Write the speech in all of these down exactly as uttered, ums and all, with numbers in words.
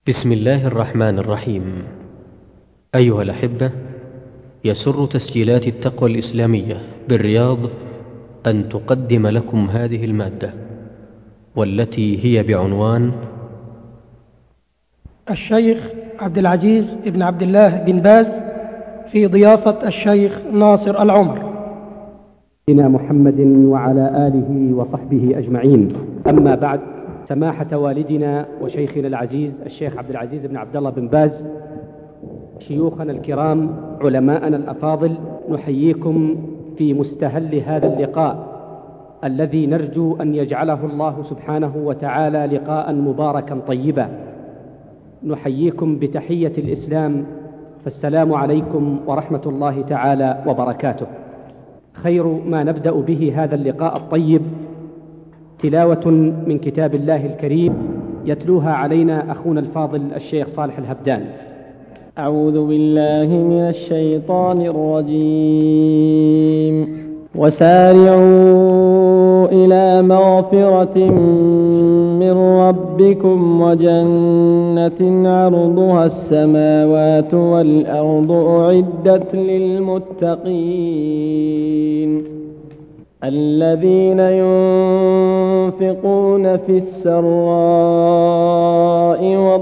بسم الله الرحمن الرحيم. أيها الأحبة، يسر تسجيلات التقوى الإسلامية بالرياض أن تقدم لكم هذه المادة، والتي هي بعنوان الشيخ عبد العزيز بن عبد الله بن باز في ضيافة الشيخ ناصر العمر. سيدنا محمد وعلى آله وصحبه أجمعين. أما بعد، سماحة والدنا وشيخنا العزيز الشيخ عبد العزيز بن عبد الله بن باز، شيوخنا الكرام، علماءنا الأفاضل، نحييكم في مستهل هذا اللقاء الذي نرجو أن يجعله الله سبحانه وتعالى لقاء مباركا طيبا. نحييكم بتحية الإسلام، فالسلام عليكم ورحمة الله تعالى وبركاته. خير ما نبدأ به هذا اللقاء الطيب تلاوة من كتاب الله الكريم يتلوها علينا أخونا الفاضل الشيخ صالح الهبدان. أعوذ بالله من الشيطان الرجيم. وسارعوا إلى مغفرة من ربكم وجنة عرضها السماوات والأرض أعدت للمتقين الذين ينفقون في السراء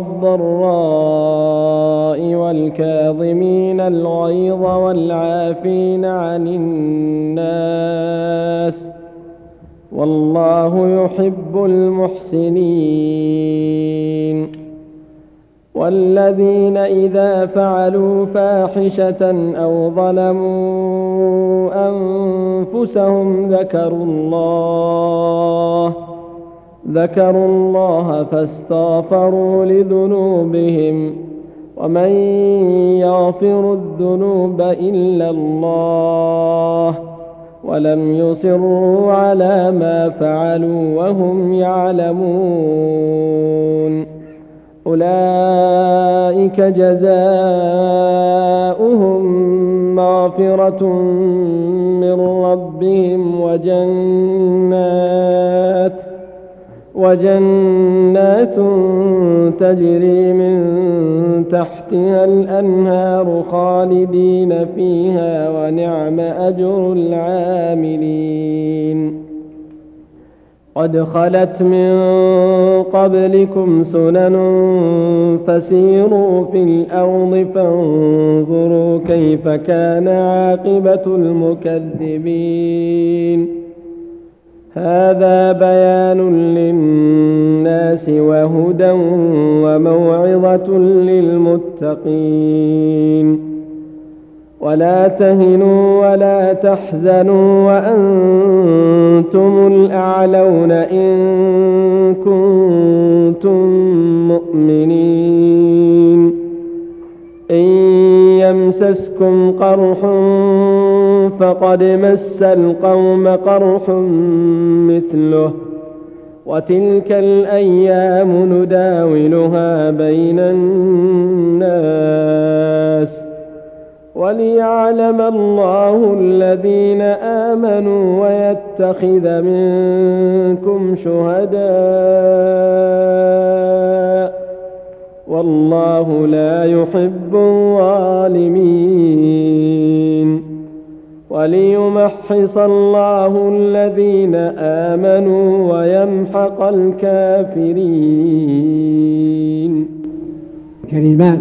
والضراء والكاظمين الغيظ والعافين عن الناس والله يحب المحسنين. والذين إذا فعلوا فاحشة أو ظلموا أنفسهم ذكروا الله ذكروا الله فاستغفروا لذنوبهم ومن يغفر الذنوب إلا الله ولم يصروا على ما فعلوا وهم يعلمون. أولئك جزاؤهم مغفرة من ربهم وجنات وجنات تجري من تحتها الأنهار خالدين فيها ونعم أجر العاملين. قد خلت من قبلكم سنن فسيروا في الأرض فانظروا كيف كان عاقبة المكذبين. هذا بيان للناس وهدى وموعظة للمتقين. ولا تهنوا ولا تحزنوا وأنتم الأعلون إن كنتم مؤمنين. إن يمسسكم قرح فقد مس القوم قرح مثله وتلك الأيام نداولها بين الناس وليعلم الله الذين آمنوا ويتخذ منكم شهداء والله لا يحب الظالمين. وليمحص الله الذين آمنوا ويمحق الكافرين. كلمات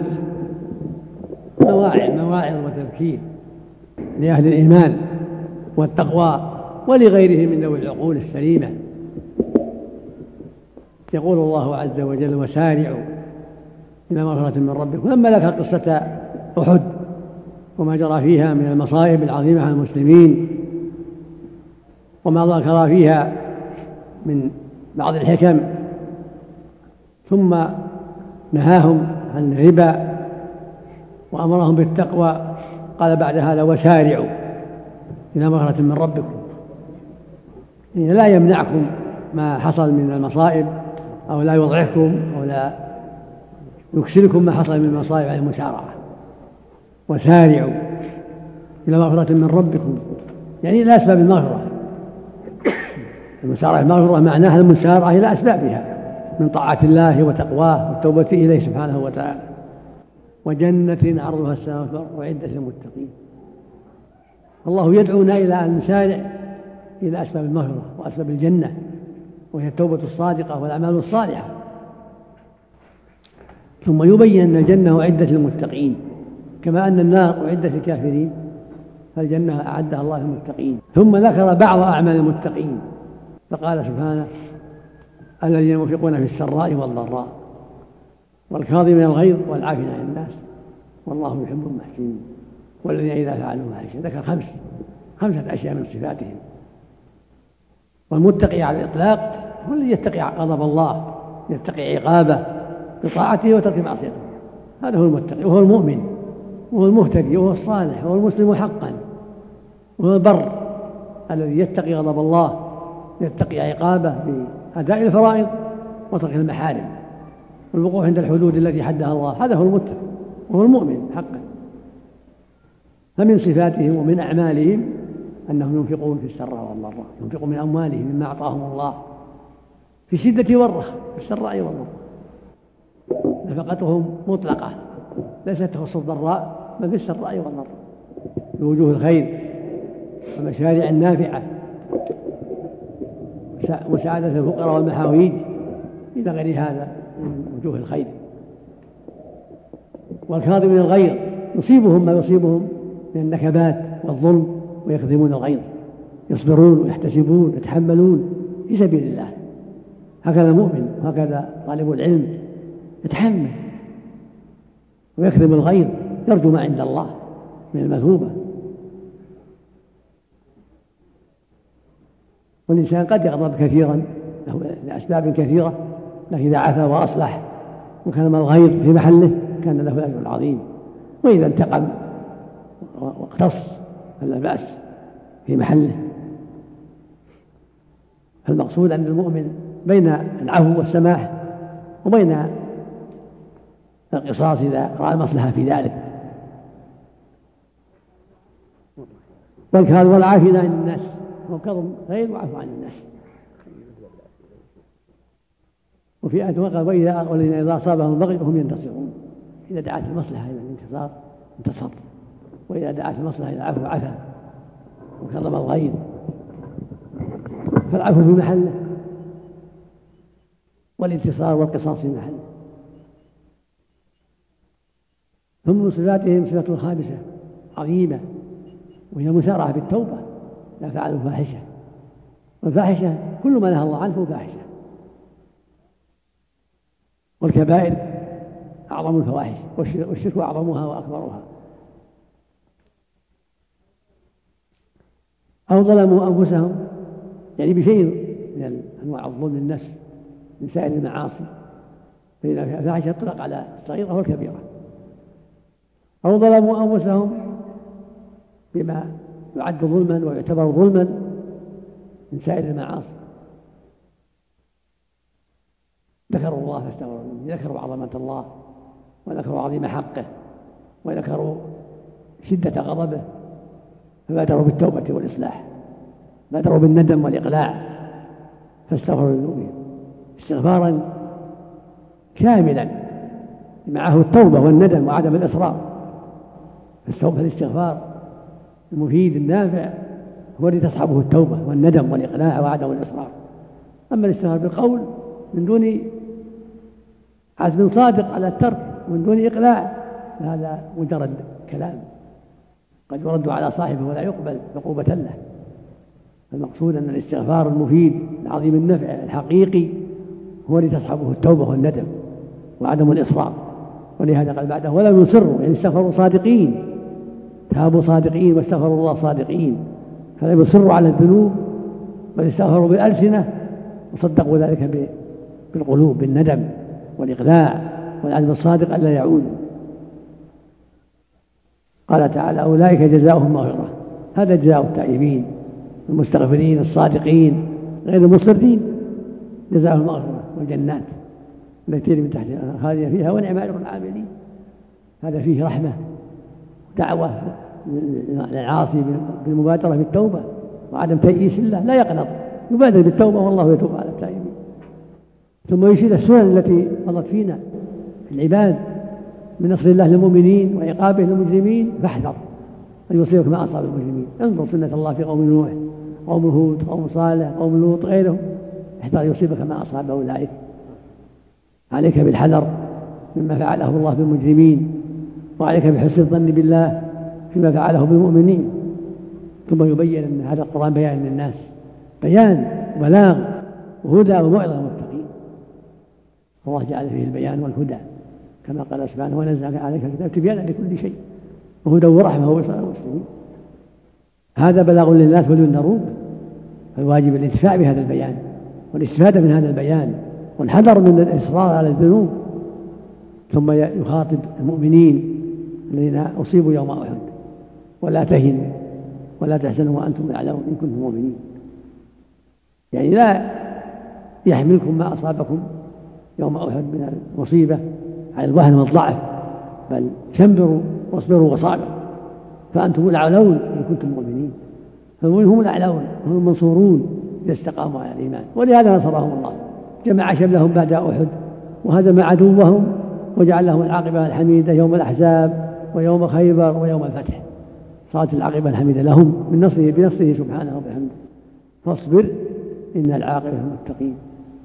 مواعظ مواعظ وتذكير لأهل الإيمان والتقوى ولغيرهم من ذوي العقول السليمة. يقول الله عز وجل: وسارعوا إلى مغفرة من ربكم. لما ذكر قصة أحد وما جرى فيها من المصائب العظيمة على المسلمين وما ذكر فيها من بعض الحكم، ثم نهاهم عن الربا وأمرهم بالتقوى، قال بعد هذا: وسارعوا إلى مغفرة من ربكم. إن لا يمنعكم ما حصل من المصائب أو لا يضعفكم أو لا يكسلكم ما حصل من المصائب على المسارعة. وسارعوا إلى مغفرة من ربكم، يعني إلى أسباب المغفرة. المسارعة المغفرة معناها المسارعة إلى أسبابها من طاعة الله وتقواه والتوبة إليه سبحانه وتعالى، وجنة عرضها السماوات والأرض أعدت للمتقين. الله يدعونا إلى أن نسارع إلى أسباب المغفرة وأسباب الجنة، وهي التوبة الصادقة والأعمال الصالحة. ثم يبين أن الجنة أعدت للمتقين كما أن النار أعدت للكافرين، فالجنة أعدها الله للمتقين. ثم ذكر بعض أعمال المتقين فقال سبحانه: الذين ينفقون في السراء والضراء والكاظمين الغيظ والعافين عن الناس والله يحب المحسنين والذين إذا فعلوا فاحشة. ذكر خمس خمسة أشياء من صفاتهم. والمتقي على الإطلاق هو الذي يتقي غضب الله، يتقي عقابه بطاعته وترك معصيته، هذا هو المتقي، وهو المؤمن وهو المهتدي وهو الصالح وهو المسلم حقا وهو البر الذي يتقي غضب الله، يتقي عقابه بأداء الفرائض وترك المحارم والوقوف عند الحدود التي حدها الله، هذا هو المتقي وهو المؤمن حقا. فمن صفاتهم ومن أعمالهم أنهم ينفقون في السراء والضراء، ينفقون من أموالهم مما أعطاهم الله في شدة والرخاء، في السراء والضراء. نفقتهم مطلقة ليست تخص الضراء بل في السراء والضراء، بوجوه الخير والمشاريع النافعة، مساعدة الفقراء والمحاويج إلى غير هذا من وجوه الخير. والكاظمين الغيظ يصيبهم ما يصيبهم من النكبات والظلم ويكظمون الغيظ، يصبرون ويحتسبون ويتحملون في سبيل الله. هكذا المؤمن وهكذا طالب العلم يتحمل ويكظم الغيظ، يرجو ما عند الله من المثوبة. والإنسان قد يغضب كثيرا لأسباب كثيرة، لكن إذا عفا وأصلح وكلم الغيظ في محله كان له أجر عظيم. وإذا انتقم واقتص فلا بأس في محله. فالمقصود أن المؤمن بين العفو والسماح وبين القصاص إذا رأى المصلحة في ذلك. والكاظم والعافين عن الناس، وكظم غير وعفو عن الناس. وفي آية قال: وإذا والذين إذا أصابهم البغي هم ينتصرون. إذا دعت المصلحة إلى الانتصار انتصر، وإذا دعت المصلحة إلى العفو عفا وكظم الغيظ، فالعفو في محله والانتصار والقصاص في محله. ثم من صفاتهم صفة خامسة عظيمة، وهي مسارعة بالتوبة لا فعلوا فاحشة. والفاحشة كل ما نهى الله عنه فاحشة، والكبائر أعظم الفواحش، والشرك أعظمها وأكبرها. أو ظلموا أنفسهم، يعني بشيء من أنواع الظلم النفس من سائر المعاصي، فإن الفاحشة تطلق على الصغيرة والكبيرة. أو ظلموا أنفسهم بما يعد ظلما ويعتبر ظلما من سائر المعاصي، ذكروا الله فاستغفروا، ذكروا عظمة الله وذكروا عظيم حقه وذكروا شدة غضبه، فبادروا بالتوبة والإصلاح، بادروا بالندم والإقلاع فاستغفروا لذنوبهم استغفارا كاملا معه التوبة والندم وعدم الإصرار. فالاستغفار المفيد النافع هو الذي تصحبه التوبة والندم والإقلاع وعدم الإصرار. أما الاستغفار بالقول من دون عزم صادق على الترك ومن دون إقلاع فهذا مجرد كلام قد يرد على صاحبه ولا يقبل عقوبة له. المقصود أن الاستغفار المفيد العظيم النفع الحقيقي هو الذي تصحبه التوبة والندم وعدم الإصرار. ولهذا قال بعده: ولم يصروا، يعني استغفروا صادقين، تابوا صادقين واستغفروا الله صادقين، فلم يصروا على الذنوب بل استغفروا بالألسنة وصدقوا ذلك بالقلوب بالندم والإقلاع والعزم الصادق ألا يعودوا. قال تعالى: أولئك جزاؤهم مغفرة. هذا جزاء التائبين المستغفرين الصادقين غير المصرين، جزاؤهم مغفرة والجنات التي من تحت خالدين فيها ونعم أجر العاملين. هذا فيه رحمة ودعوة للعاصي بالمبادرة بالتوبة وعدم تيئيس الله، لا يقنط، يبادر بالتوبة والله يتوب على التائبين. ثم يشير السنن التي مضت فينا في العباد من نصر الله للمؤمنين وعقابه للمجرمين، فاحذر أن يصيبك ما أصاب المجرمين. انظر سنة الله في قوم نوح، قوم هود، قوم صالح، قوم لوط، غيرهم، احذر يصيبك ما أصاب أولئك. عليك بالحذر مما فعله الله بالمجرمين، وعليك بحسن الظن بالله فيما فعله بالمؤمنين. ثم يبين أن هذا القرآن بيان للناس، بيان وبلاغ وهدى وموعظة للمتقين. الله جعل فيه البيان والهدى كما قال سبحانه: ونزل عليك الكتاب تبيانا لكل شيء وهدى ورحمة وبشرى للمسلمين. هذا بلاغ للناس ولينذروا، فالواجب الانتفاع بهذا البيان والاستفادة من هذا البيان والحذر من الإصرار على الذنوب. ثم يخاطب المؤمنين الذين أصيبوا يوم أحد: ولا تهنوا ولا تحزنوا وأنتم الأعلون إن كنتم مؤمنين. يعني لا يحملكم ما أصابكم يوم أحد من المصيبة على الوهن والضعف، بل شمروا واصبروا وصابروا فأنتم الأعلون إن كنتم مؤمنين. فالمؤمنون هم الأعلون، هم المنصورون إذا استقاموا على الإيمان، ولهذا نصرهم الله، جمع شملهم بعد أحد وهزم عدوهم وجعل لهم العاقبة الحميدة يوم الأحزاب ويوم خيبر ويوم الفتح. صارت العاقبة الحميدة لهم من نصره بنصره سبحانه وبحمده. فاصبر إن العاقبة للمتقين.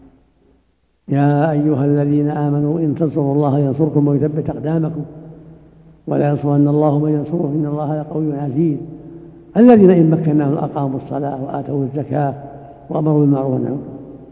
يا أيها الذين آمنوا إن تنصروا الله ينصركم ويثبت أقدامكم ولا ينصرن الله من ينصره إن الله لقوي عزيز. الذين إن مكناهم أقاموا الصلاة وآتوا الزكاة وأمروا بالمعروف والنهي عن المنكر.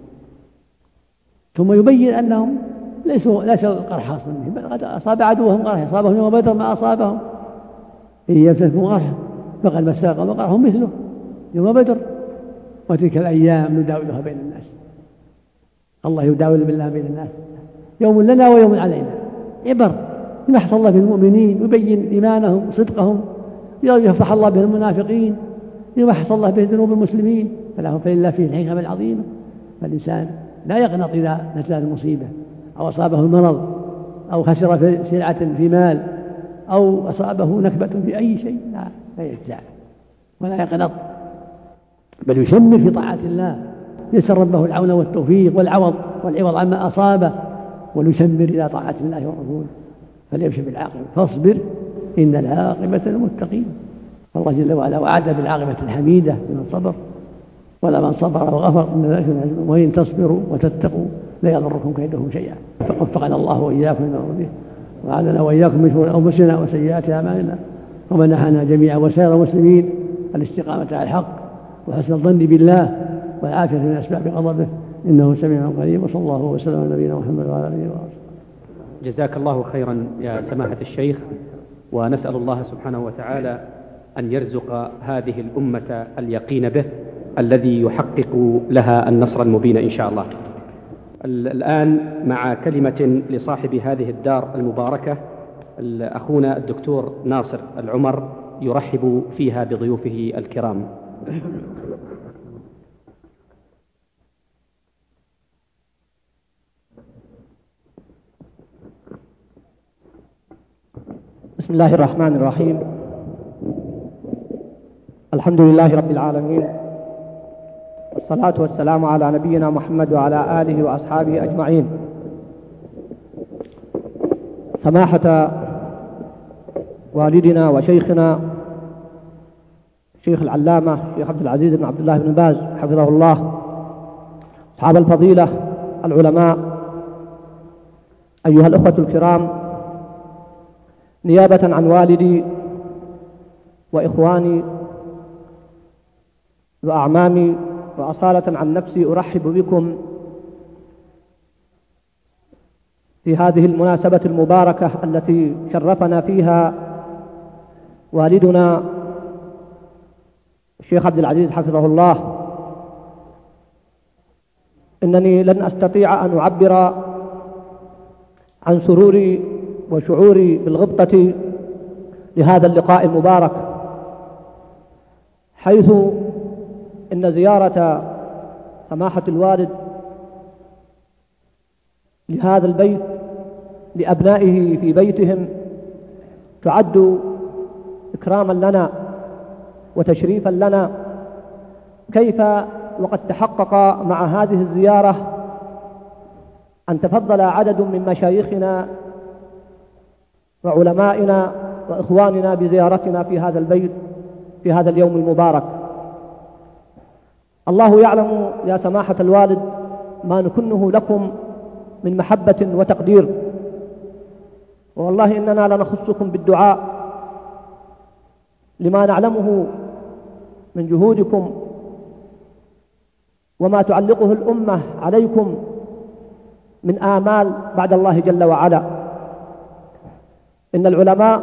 ثم يبين أنهم ليسوا ليس القرح حاصل بهم، بل قد أصاب عدوهم قرح، أصابهم يوم بدر ما أصابهم. إن يمسسكم قرح فقد مس قوم قرح مثله يوم بدر. وتلك الأيام نداولها بين الناس. الله يداول بالله بين الناس، يوم لنا ويوم علينا. عبر بما حصل الله بالمؤمنين ويبين إيمانهم وصدقهم، يفتح الله به المنافقين بما حصل الله به ذنوب المسلمين. فلهم فلله فيه الحكمة العظيمة. فالإنسان لا يقنط إذا نزلت المصيبة أو أصابه المرض أو خسر في سلعة في مال أو أصابه نكبة في أي شيء، لا, لا يجزع ولا يقنط، بل يشمر في طاعة الله، يسر ربه العون والتوفيق والعوض والعوض عما أصابه، وليشمر إلى طاعة الله ورسوله فليمشي بالعاقبة. فاصبر إن العاقبة للمتقين. فالله جل وعلا وعد بالعاقبة الحميدة لمن صبر، ولمن صبر وغفر إن ذلك من، وإن تصبروا وتتقوا لا يضركم كيدهم شيئا. فوفقنا الله وإياكم لما به، وعلنا وإياكم من شرور أنفسنا وسيئات أعمالنا، ومنحنا جميعا وسائر المسلمين الاستقامة على الحق وحسن الظن بالله والعافية من أسباب غضبه إنه سميع قريب. وصلى الله وسلم على نبينا محمد وعلى آله وصحبه. جزاك الله خيرا يا سماحة الشيخ، ونسأل الله سبحانه وتعالى أن يرزق هذه الأمة اليقين به الذي يحقق لها النصر المبين إن شاء الله. الآن مع كلمة لصاحب هذه الدار المباركة أخونا الدكتور ناصر العمر يرحب فيها بضيوفه الكرام. بسم الله الرحمن الرحيم. الحمد لله رب العالمين، والصلاة والسلام على نبينا محمد وعلى آله وأصحابه أجمعين. سماحة والدنا وشيخنا شيخ العلامة شيخ عبد العزيز بن عبد الله بن باز حفظه الله، أصحاب الفضيلة العلماء، أيها الأخوة الكرام، نيابة عن والدي وإخواني وأعمامي وأصالة عن نفسي أرحب بكم في هذه المناسبة المباركة التي شرفنا فيها والدنا الشيخ عبد العزيز حفظه الله. إنني لن أستطيع أن أعبر عن سروري وشعوري بالغبطة لهذا اللقاء المبارك، حيث إن زيارة سماحة الوالد لهذا البيت لأبنائه في بيتهم تعد إكراما لنا وتشريفا لنا، كيف وقد تحقق مع هذه الزيارة أن تفضل عدد من مشايخنا وعلمائنا وإخواننا بزيارتنا في هذا البيت في هذا اليوم المبارك. الله يعلم يا سماحة الوالد ما نكنه لكم من محبة وتقدير، والله إننا لنخصكم بالدعاء لما نعلمه من جهودكم وما تعلقه الأمة عليكم من آمال بعد الله جل وعلا. إن العلماء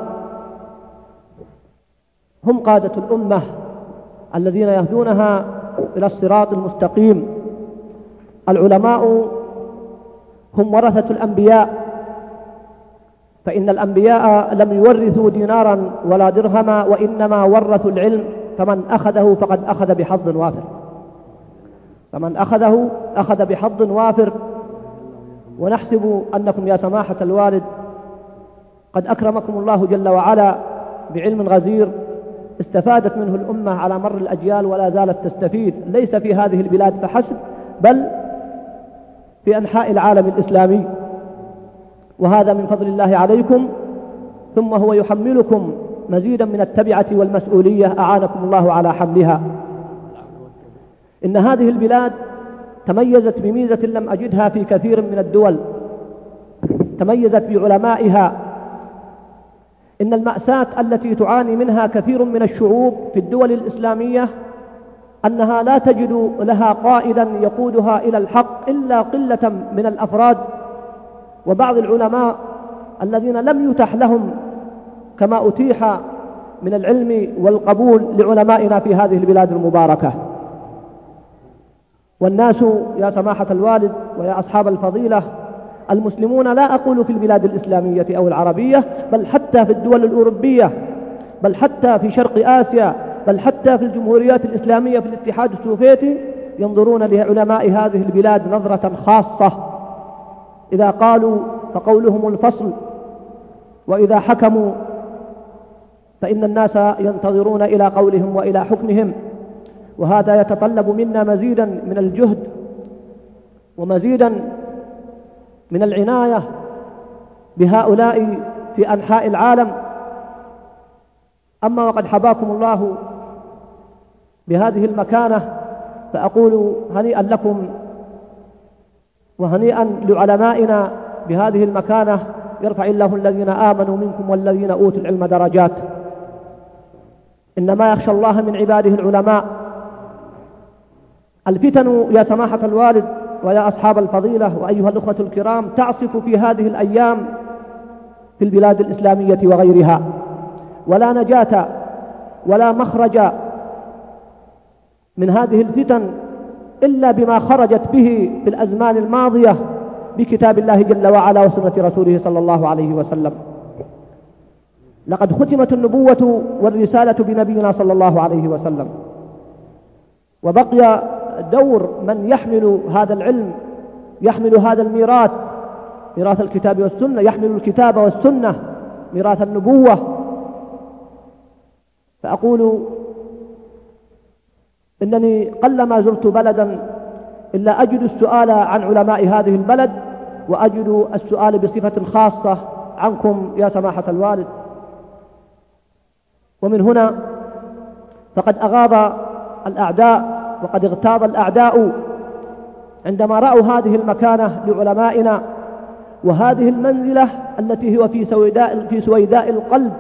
هم قادة الأمة الذين يهدونها إلى الصراط المستقيم. العلماء هم ورثة الأنبياء، فإن الأنبياء لم يورثوا دينارا ولا درهما، وإنما ورثوا العلم، فمن أخذه فقد أخذ بحظ وافر فمن أخذه أخذ بحظ وافر. ونحسب أنكم يا سماحة الوالد قد أكرمكم الله جل وعلا بعلم غزير استفادت منه الأمة على مر الأجيال ولا زالت تستفيد، ليس في هذه البلاد فحسب بل في أنحاء العالم الإسلامي، وهذا من فضل الله عليكم، ثم هو يحملكم مزيدا من التبعة والمسؤولية أعانكم الله على حملها. إن هذه البلاد تميزت بميزة لم أجدها في كثير من الدول، تميزت بعلمائها. إن المأساة التي تعاني منها كثير من الشعوب في الدول الإسلامية أنها لا تجد لها قائدا يقودها إلى الحق إلا قلة من الأفراد وبعض العلماء الذين لم يتح لهم كما أتيح من العلم والقبول لعلمائنا في هذه البلاد المباركة. والناس يا سماحة الوالد ويا أصحاب الفضيلة المسلمون، لا أقول في البلاد الإسلامية أو العربية، بل حتى في الدول الأوروبية، بل حتى في شرق آسيا، بل حتى في الجمهوريات الإسلامية في الاتحاد السوفيتي، ينظرون لعلماء هذه البلاد نظرة خاصة. إذا قالوا فقولهم الفصل، وإذا حكموا فإن الناس ينتظرون إلى قولهم وإلى حكمهم. وهذا يتطلب منا مزيدا من الجهد ومزيدا من العناية بهؤلاء في أنحاء العالم. أما وقد حباكم الله بهذه المكانة فأقول هنيئا لكم وهنيئا لعلمائنا بهذه المكانة، يرفع الله الذين آمنوا منكم والذين أوتوا العلم درجات. إنما يخشى الله من عباده العلماء. الفتن يا سماحة الوالد ويا أصحاب الفضيلة وأيها الأخوة الكرام تعصف في هذه الأيام في البلاد الإسلامية وغيرها، ولا نجاة ولا مخرج من هذه الفتن إلا بما خرجت به في الأزمان الماضية بكتاب الله جل وعلا وسنة رسوله صلى الله عليه وسلم. لقد ختمت النبوة والرسالة بنبينا صلى الله عليه وسلم، وبقي دور من يحمل هذا العلم، يحمل هذا الميراث، ميراث الكتاب والسنة، يحمل الكتاب والسنة، ميراث النبوة. فأقول إنني قلما زرت بلدا إلا أجد السؤال عن علماء هذه البلد، وأجد السؤال بصفة خاصة عنكم يا سماحة الوالد. ومن هنا فقد أغاب الأعداء وقد اغتاظ الأعداء عندما رأوا هذه المكانة لعلمائنا وهذه المنزلة التي هو في سويداء, في سويداء القلب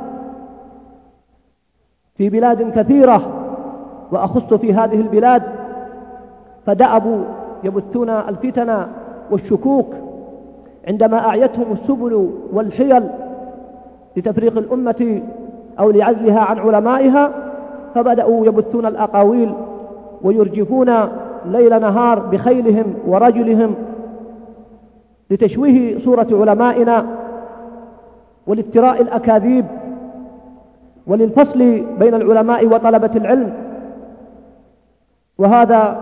في بلاد كثيرة، وأخص في هذه البلاد، فدأبوا يبثون الفتن والشكوك عندما أعيتهم السبل والحيل لتفريق الأمة أو لعزلها عن علمائها، فبدأوا يبثون الأقاويل ويرجفون ليل نهار بخيلهم ورجلهم لتشويه صورة علمائنا ولافتراء الأكاذيب وللفصل بين العلماء وطلبة العلم. وهذا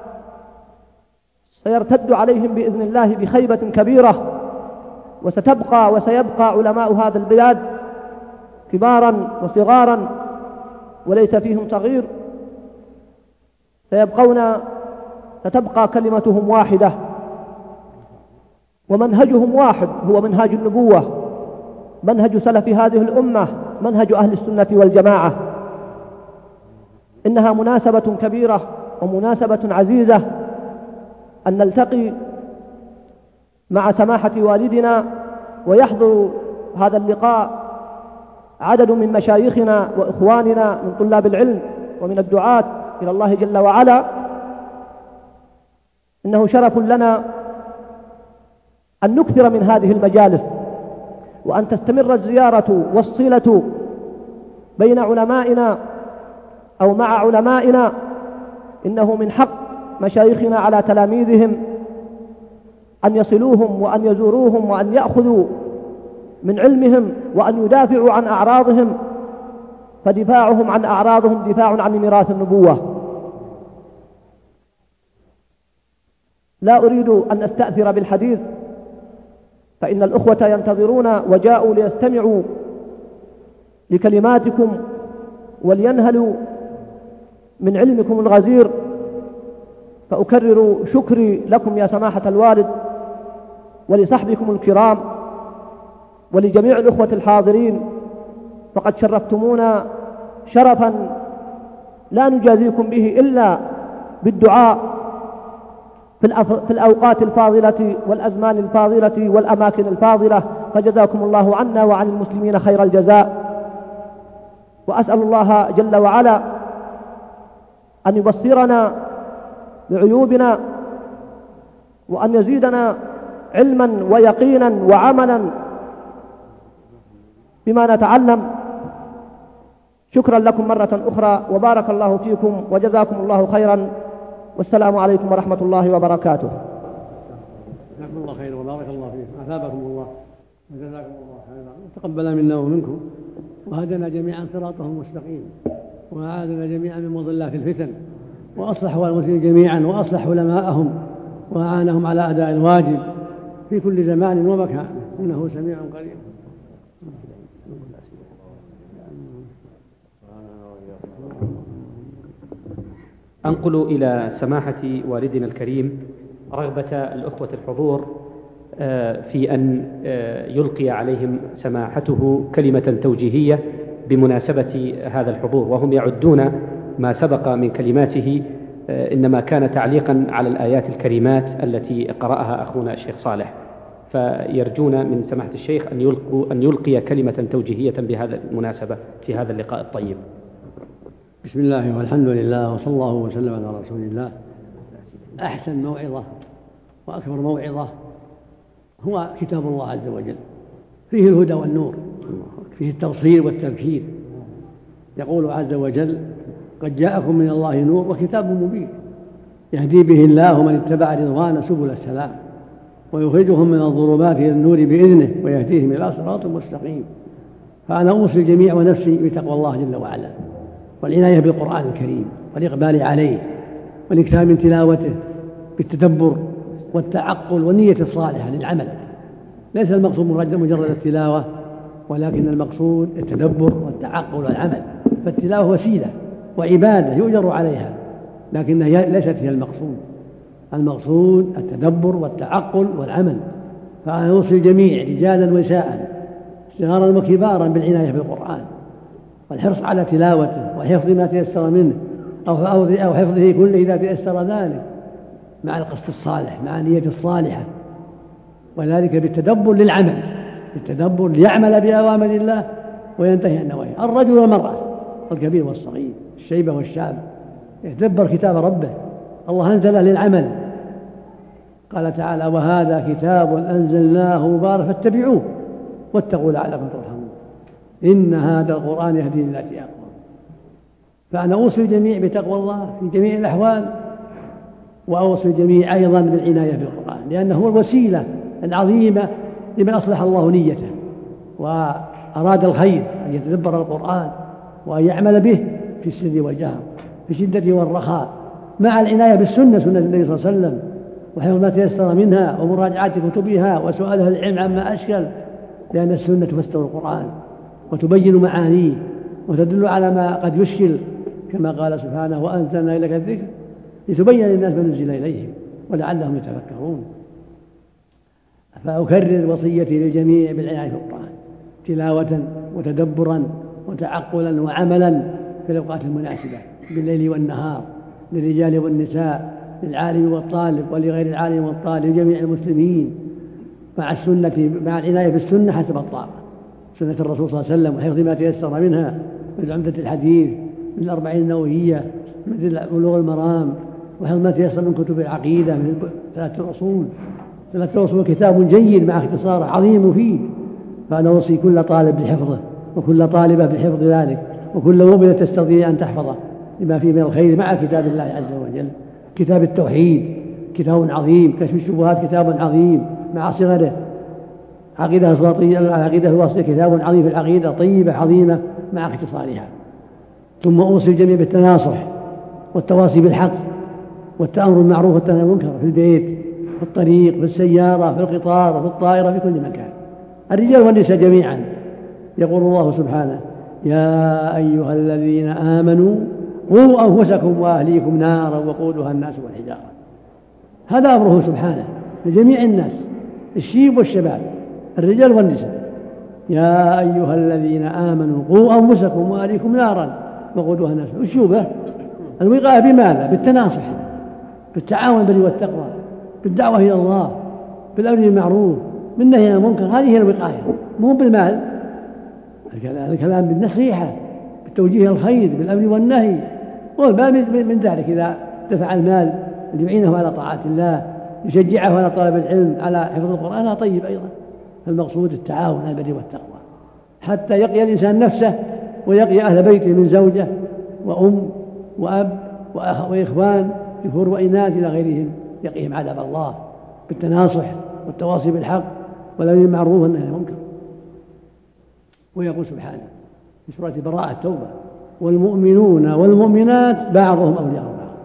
سيرتد عليهم بإذن الله بخيبة كبيرة، وستبقى وسيبقى علماء هذا البلاد كبارا وصغارا وليس فيهم صغير، سيبقون ستبقى كلمتهم واحدة. ومنهجهم واحد، هو منهاج النبوة، منهج سلف هذه الأمة، منهج أهل السنة والجماعة. إنها مناسبة كبيرة ومناسبة عزيزة أن نلتقي مع سماحة والدنا، ويحضر هذا اللقاء عدد من مشايخنا وإخواننا من طلاب العلم ومن الدعاة إلى الله جل وعلا. إنه شرف لنا أن نكثر من هذه المجالس، وأن تستمر الزيارة والصلة بين علمائنا أو مع علمائنا. إنه من حق مشايخنا على تلاميذهم أن يصلوهم وأن يزوروهم وأن يأخذوا من علمهم وأن يدافعوا عن أعراضهم، فدفاعهم عن أعراضهم دفاع عن ميراث النبوة. لا أريد أن أستأثر بالحديث، فإن الأخوة ينتظرون وجاءوا ليستمعوا لكلماتكم ولينهلوا من علمكم الغزير. فأكرر شكري لكم يا سماحة الوالد، ولصحبكم الكرام، ولجميع الأخوة الحاضرين، فقد شرفتمونا شرفا لا نجازيكم به إلا بالدعاء في الأوقات الفاضلة والأزمان الفاضلة والأماكن الفاضلة، فجزاكم الله عنا وعن المسلمين خير الجزاء. وأسأل الله جل وعلا أن يبصرنا بعيوبنا، وأن يزيدنا علما ويقينا وعملا بما نتعلم. شكرا لكم مرة أخرى، وبارك الله فيكم وجزاكم الله خيرا، والسلام عليكم ورحمة الله وبركاته. جزاكم الله خير وبارك الله فيكم، أثابكم الله وجزاكم الله خيرا، وتقبل منا ومنكم، وهدنا جميعا صراطه المستقيم، وأعاذنا جميعا من مضلات الفتن، وأصلح المسلمين جميعا، وأصلح علماءهم وأعانهم على أداء الواجب في كل زمان ومكان، إنه سميع قريب. أنقل إلى سماحة والدنا الكريم رغبة الأخوة الحضور في أن يلقي عليهم سماحته كلمة توجيهية بمناسبة هذا الحضور، وهم يعدون ما سبق من كلماته إنما كان تعليقا على الآيات الكريمات التي قرأها أخونا الشيخ صالح، فيرجون من سماحة الشيخ أن يلقوا أن يلقي كلمة توجيهية بهذا المناسبة في هذا اللقاء الطيب. بسم الله والحمد لله وصلى الله وسلم على رسول الله. أحسن موعظة وأكبر موعظة هو كتاب الله عز وجل، فيه الهدى والنور، فيه التبصير والتذكير. يقول عز وجل: قد جاءكم من الله نور وكتاب مبين يهدي به الله من اتبع رضوانه سبل السلام ويخرجهم من الظلمات إلى النور بإذنه ويهديهم إلى صراط مستقيم. فأنا أوصي الجميع ونفسي بتقوى الله جل وعلا، والعناية بالقرآن الكريم، والإقبال عليه، والإكثار من تلاوته، بالتدبر والتعقل والنية الصالحة للعمل. ليس المقصود مجرد التلاوة، ولكن المقصود التدبر والتعقل والعمل. فالتلاوة وسيلة وعبادة يؤجر عليها، لكنها ليست هي المقصود. المقصود التدبر والتعقل والعمل. فأنا أوصي الجميع رجالا ونساء صغارا وكبارا بالعناية بالقرآن، والحرص على تلاوته وحفظ ما تيسر منه، أو حفظه كله إذا تيسر ذلك، مع القصد الصالح، مع النية الصالحة، وذلك بالتدبر للعمل، بالتدبر ليعمل بأوامر الله وينتهي عن نواهيه. الرجل والمرأة، الكبير والصغير، الشيبة والشاب، يتدبر كتاب ربه. الله أنزله للعمل، قال تعالى: وهذا كتاب أنزلناه مبارك فاتبعوه واتقوا لعلكم ترحمون، إن هذا القرآن يهدي للتي أقوم. فأنا أوصي الجميع بتقوى الله في جميع الأحوال، وأوصي الجميع أيضا بالعناية بالقرآن، لأنه هو الوسيلة العظيمة لمن أصلح الله نيته وأراد الخير، أن يتدبر القرآن وأن يعمل به في السر والجهر، في الشدة والرخاء، مع العناية بالسنة، سنة النبي صلى الله عليه وسلم، وحفظ ما تيسر منها، ومراجعة كتبها، وسؤال أهل العلم عما أشكل، لأن السنة تفسر القرآن وتبين معانيه وتدل على ما قد يشكل، كما قال سبحانه: وأنزلنا إليك الذكر لتبين للناس ما نزل إليهم ولعلهم يتفكرون. فأكرر وصيتي للجميع بالعناية بالقرآن تلاوة وتدبرا وتعقلا وعملا في الأوقات المناسبة بالليل والنهار، للرجال والنساء، للعالم والطالب ولغير العالم والطالب، لجميع المسلمين، مع السنة، مع العناية بالسنة حسب الطاقة، سنة الرسول صلى الله عليه وسلم، وحفظ ما تيسر منها مثل عمدة الحديث، مثل الأربعين النووية، مثل بلوغ المرام، وحفظ ما تيسر من كتب العقيدة مثل ثلاثة الأصول. ثلاثة الأصول كتاب جيد مع اختصاره عظيم مفيد، فأنا أوصي كل طالب بحفظه وكل طالبة بحفظ ذلك، وكل مؤمنة تستطيع أن تحفظه لما فيه من الخير مع كتاب الله عز وجل. كتاب التوحيد كتاب عظيم، كشف الشبهات كتاب عظيم مع صغره، عقيدة الوسطية العقيدة الوسطية كتاب عظيم في العقيدة طيبة عظيمة مع اختصارها. ثم أوصي الجميع بالتناصح والتواصي بالحق والتأمر بالمعروف والنهي عن المنكر في البيت، في الطريق، في السيارة، في القطار، في الطائرة، في كل مكان، الرجال والنساء جميعا. يقول الله سبحانه: يا أيها الذين آمنوا قوا أنفسكم وأهليكم نارا وقودها الناس والحجارة. هذا أمره سبحانه لجميع الناس، الشيب والشباب، الرجال والنساء. يا أيها الذين آمنوا قوا أنفسكم وأهليكم نارا وقودها الناس. والشوبة الوقاية بماذا؟ بالتناصح، بالتعاون بالبر والتقوى، بالدعوة إلى الله، بالأمر بالمعروف، بالنهي عن المنكر. هذه هي الوقاية، مو بالمال. الكلام بالنصيحة، بالتوجيه الخير، بالأمر والنهي، والبال من ذلك إذا دفع المال ليعينه على طاعة الله، يشجعه على طلب العلم، على حفظ القرآن، هذا طيب أيضا. المقصود التعاون على البر والتقوى حتى يقي الإنسان نفسه ويقي أهل بيته من زوجة وأم وأب وأخ وإخوان ذكور وإناث إلى غيرهم، يقيهم عذاب الله بالتناصح والتواصي بالحق والأمر بالمعروف والنهي عن المنكر. ويقول سبحانه في سورة براءة التوبة: والمؤمنون والمؤمنات بعضهم أولياء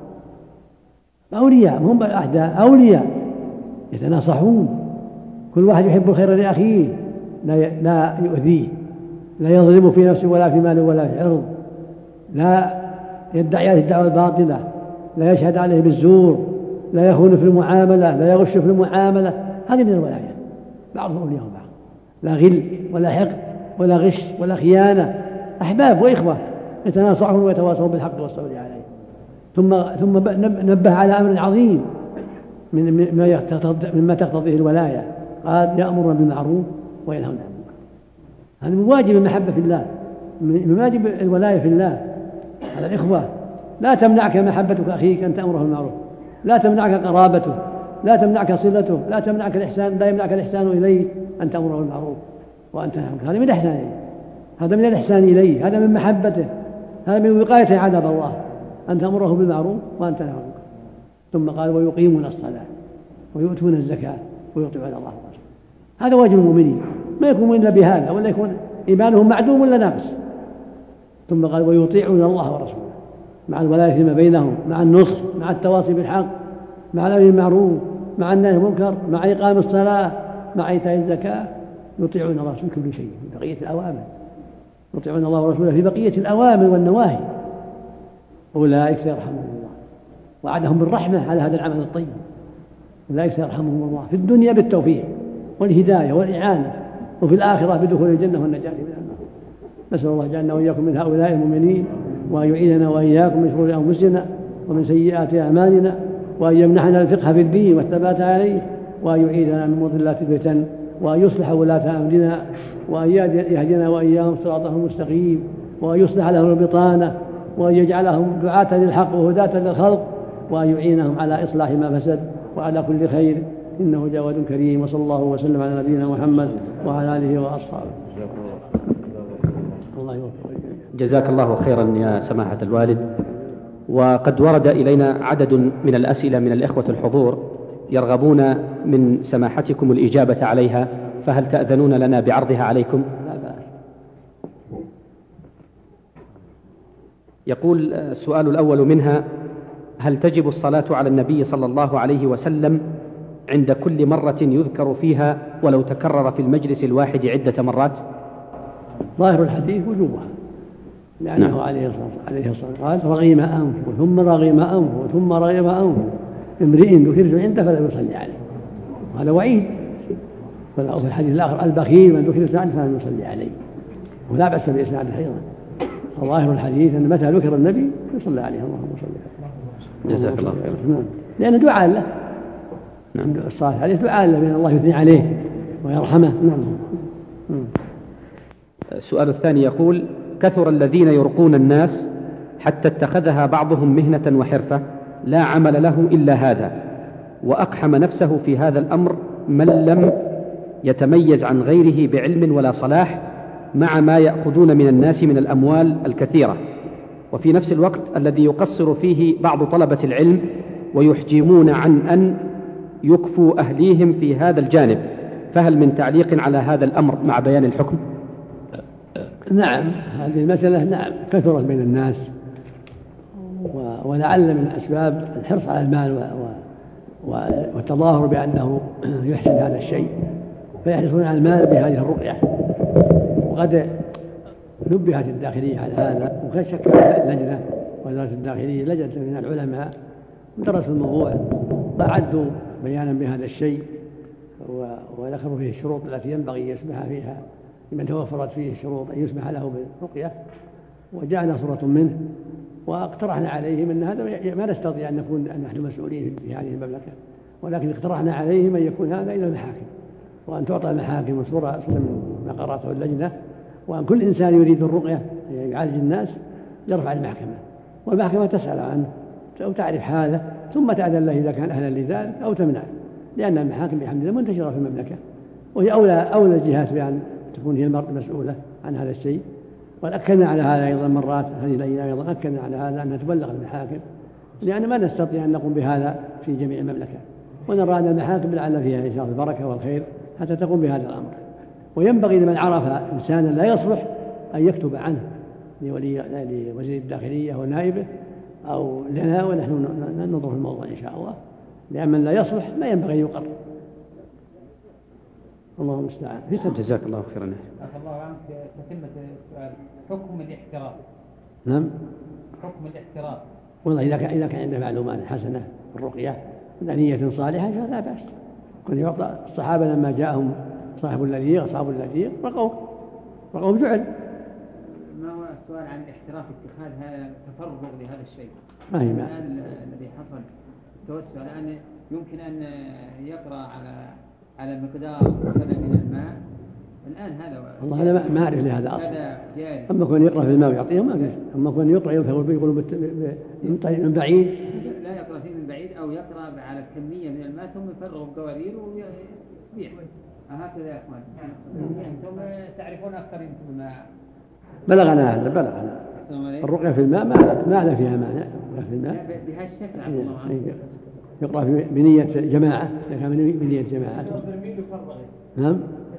بعض. أولياء هم بالأعداء، أولياء يتناصحون، كل واحد يحب الخير لأخيه، لا يؤذيه، لا يظلم في نفسه ولا في ماله ولا في عرض، لا يدعي عليه الدعوة الباطلة، لا يشهد عليه بالزور، لا يخون في المعاملة، لا يغش في المعاملة. هذه من الولاية، بعضهم أولياء بعض، لا غل ولا حقد ولا غش ولا خيانة، أحباب وإخوة يتناصحون ويتواصون بالحق والصبر عليه. ثم ثم نبه على أمر عظيم مما تقتضيه الولاية، قال: يأمرون بالمعروف وينهون عن المنكر. هذا من واجب المحبة في الله، من واجب الولاية في الله على الإخوة. لا تمنعك محبتك أخيك أن تأمره بالمعروف، لا تمنعك قرابته، لا تمنعك صلته، لا تمنعك الإحسان، لا يمنعك الإحسان إليه أن تأمره بالمعروف وأن تنهى عنه. هذا من الإحسان إليه، هذا من الإحسان إليه، هذا من محبته، هذا من وقايته عذاب الله، أن تأمره بالمعروف وأن تنهى عنه. ثم قال: ويقيمون الصلاة ويؤتون الزكاة ويطيعون الله ورسوله. هذا واجب المؤمنين، ما يكون إلا بهذا، ولا يكون إيمانهم معدوم ولا ناقص. ثم قال: ويطيعون الله ورسوله، مع الولاية فيما بينهم، مع النصح، مع التواصي بالحق، مع الأمر بالمعروف، مع النهي عن المنكر، مع إقام الصلاة، مع إيتاء الزكاة. يطيعون الله في كل شيء، في بقية الأوامر. يطيعون الله ورسوله في بقية الأوامر والنواهي. أولئك سيرحمهم الله، وعدهم بالرحمة على هذا العمل الطيب. أولئك سيرحمهم الله في الدنيا بالتوفيق والهداية والإعانة، وفي الآخرة بدخول الجنة والنجاة من النار. نسأل الله جعلنا وإياكم من هؤلاء المؤمنين، وأن يعيننا وإياكم من شرور أنفسنا ومن سيئات أعمالنا، وأن يمنحنا الفقه في الدين والثبات عليه، وأن يعيذنا من مضلات الفتن، وأن يصلح ولاة أمرنا، وأن يهدنا وإياهم صراطه المستقيم، وأن يصلح لهم البطانة، وأن يجعلهم دعاة للحق وهداة للخلق، وأن يعينهم على إصلاح ما فسد وعلى كل خير، إنه جواد كريم. وصلى الله وسلم على نبينا محمد وعلى آله وأصحابه. الله يوفقك. جزاك الله خيرا يا سماحة الوالد. وقد ورد إلينا عدد من الأسئلة من الإخوة الحضور يرغبون من سماحتكم الإجابة عليها، فهل تأذنون لنا بعرضها عليكم؟ لا بأس. يقول السؤال الأول منها: هل تجب الصلاة على النبي صلى الله عليه وسلم عند كل مرة يذكر فيها ولو تكرر في المجلس الواحد عدة مرات؟ ظاهر الحديث وجوبها، لأنه نعم. عليه الصلاة والسلام قال: رغم أنفه ثم رغم أنفه ثم رغم أنفه امرئ ذكرت عنده فلا يصلي عليه. هذا وعيد، وفي الحديث الآخر البخيل من ذكر سعد فلم يصلي عليه، ولا بأس بإسناد أيضا. ظاهر الحديث أن متى ذكر النبي يصلى عليه اللهم صل عليه. جزاك الله خيرا. لأنه دعاء له. نعم الصلاة عليه دعاء له بأن الله يثني عليه ويرحمه. نعم. السؤال الثاني يقول: كثر الذين يرقون الناس حتى اتخذها بعضهم مهنة وحرفة لا عمل له إلا هذا، وأقحم نفسه في هذا الأمر من لم يتميز عن غيره بعلم ولا صلاح، مع ما يأخذون من الناس من الأموال الكثيرة، وفي نفس الوقت الذي يقصر فيه بعض طلبة العلم ويحجمون عن أن يكفوا أهليهم في هذا الجانب، فهل من تعليق على هذا الأمر مع بيان الحكم؟ نعم، هذه المسألة نعم كثرت بين الناس، ولعل من أسباب الحرص على المال والتظاهر بأنه يحسن هذا الشيء، فيحرصون على المال بهذه الرقية. وقد نبهت الداخلية على هذا، وقد شكلت لجنة وزارة الداخلية لجنة من العلماء درسوا الموضوع وأعدوا بيانا بهذا الشيء، وذكروا فيه الشروط التي ينبغي يسمح فيها لمن توفرت فيه الشروط أن يسمح له بالرقية، وجاءنا صورة منه واقترحنا عليهم أن هذا ما نستطيع أن نكون نحن مسؤولين في هذه المملكة، ولكن اقترحنا عليهم أن يكون هذا إلى المحاكم، وأن تعطى المحاكم صورة ما قرأته اللجنة، وأن كل إنسان يريد الرقية يعالج الناس يرفع المحكمة، والمحكمة تسأل عنه أو تعرف حاله ثم تأذن له إذا كان أهلا لذلك أو تمنع، لأن المحاكم بحمد الله منتشرة في المملكة، وهي أولى أولى الجهات بأن تكون هي المرأة مسؤولة عن هذا الشيء. وأكدنا على هذا أيضا مرات، هذه الأيام أيضا أكدنا على هذا أنها تبلغ المحاكم، لأن ما نستطيع أن نقوم بهذا في جميع المملكة، ونرى أن المحاكم لعل فيها إن شاء الله البركة والخير حتى تقوم بهذا الأمر. وينبغي لمن عرف إنسانا لا يصلح أن يكتب عنه لولي لوزير الداخلية ونائبه أو لنا، ونحن ننظر في الموضوع إن شاء الله، لأن من لا يصلح ما ينبغي يقر. الله المستعان. جزاك الله خيرا. عفى الله عنك، تتمة السؤال: حكم الاحتراف. نعم. حكم الاحتراف. والله إذا كان إذا كان عنده معلومات حسنة الرقية نية صالحة فلا بأس. كن يعطى. الصحابة لما جاءهم صاحب اللذيذ أصحاب اللذيذ رقوا رقوا جعل. ما هو السؤال عن الاحتراف، اتخاذ هذا تفرغ لهذا الشيء؟ ما هي الآن الذي حصل التوسع الآن يمكن أن يقرأ على على مقدار كذا من الماء الآن، هذا والله أنا ما أعرف لهذا أصلا. هذا جاري. أما كون يقرأ في الماء ويعطيهم ما أدري، أما كون يقرأ يقولوا من بعيد، لا يقرأ فيه من بعيد، أو يقرأ على كمية من الماء ثم يفرغ بقوارير ويبيع. هكذا يا أخوان، أنتم تعرفون أكثر من ما بلغنا هذا بلغنا. الرقية في الماء ما ما له فيها معنى في الماء بهالشكل. عبد الله عنك يقرأ بنية جماعة، إذا كان بنية جماعة. نعم.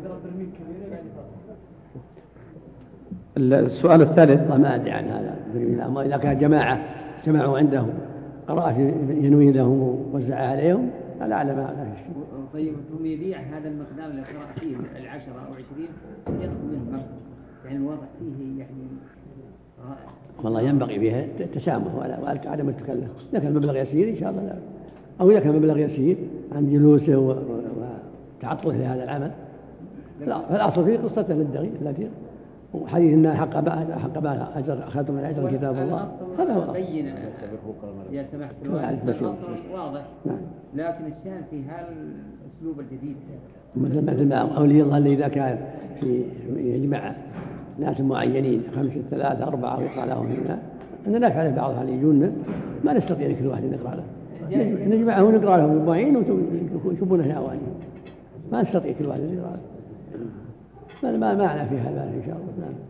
السؤال الثالث، ما أدري عن هذا، إذا كان جماعة جمعوا عندهم قرأ ينوي لهم ووزع عليهم فلا أعلم هذا الشيء. طيب ثم يبيع هذا المقدار اللي قرأ فيه العشرة أو عشرين يدخل منه مرة، يعني الوضع فيه يعني رائع. والله ينبغي فيها التسامح وعدم التكلف. إذا كان المبلغ يسير إن شاء الله لا، أو إذا كان المبلغ يسير عن جلوسه وتعطله لهذا العمل فالأصل فيه قصة للدغي وحديث إن حق بها حق بها أجر أخذتم من أجر كتاب الله، هذا هو بين يا سماحة الوالد الأصل واضح. نعم. لكن الشان في هذا الأسلوب الجديد مثل ما أولي الله اللي إذا كان في يجمع ناس معينين خمسة ثلاثة أربعة ويقرأ لهم هنا أننا نفعل بعضها اللي يجون ما نستطيع كل واحد نقرأ له، نجمعه ونقرأ لهم أربعين ويشوفونه شهواني، ما نستطيع كل واحد يقرأ له. ما معنى في هذا إن شاء الله. نعم.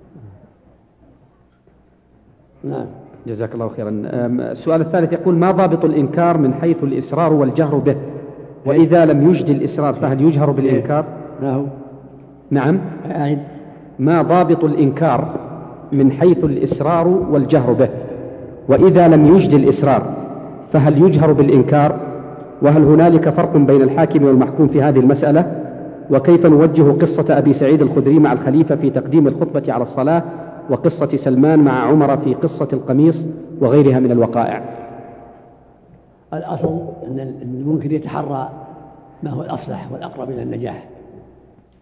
نعم. جزاك الله خيرا. السؤال الثالث يقول: ما ضابط الإنكار من حيث الإصرار والجهر به؟ وإذا لم يجد الإصرار فهل يجهر بالإنكار؟ نعم. نعم. أعد. ما ضابط الإنكار من حيث الإصرار والجهر به؟ وإذا لم يجد الإصرار فهل يجهر بالإنكار؟ وهل هنالك فرق بين الحاكم والمحكوم في هذه المسألة؟ وكيف نوجه قصة أبي سعيد الخدري مع الخليفة في تقديم الخطبة على الصلاة، وقصة سلمان مع عمر في قصة القميص وغيرها من الوقائع؟ الأصل أن المنكر يتحرى ما هو الأصلح والأقرب إلى النجاح،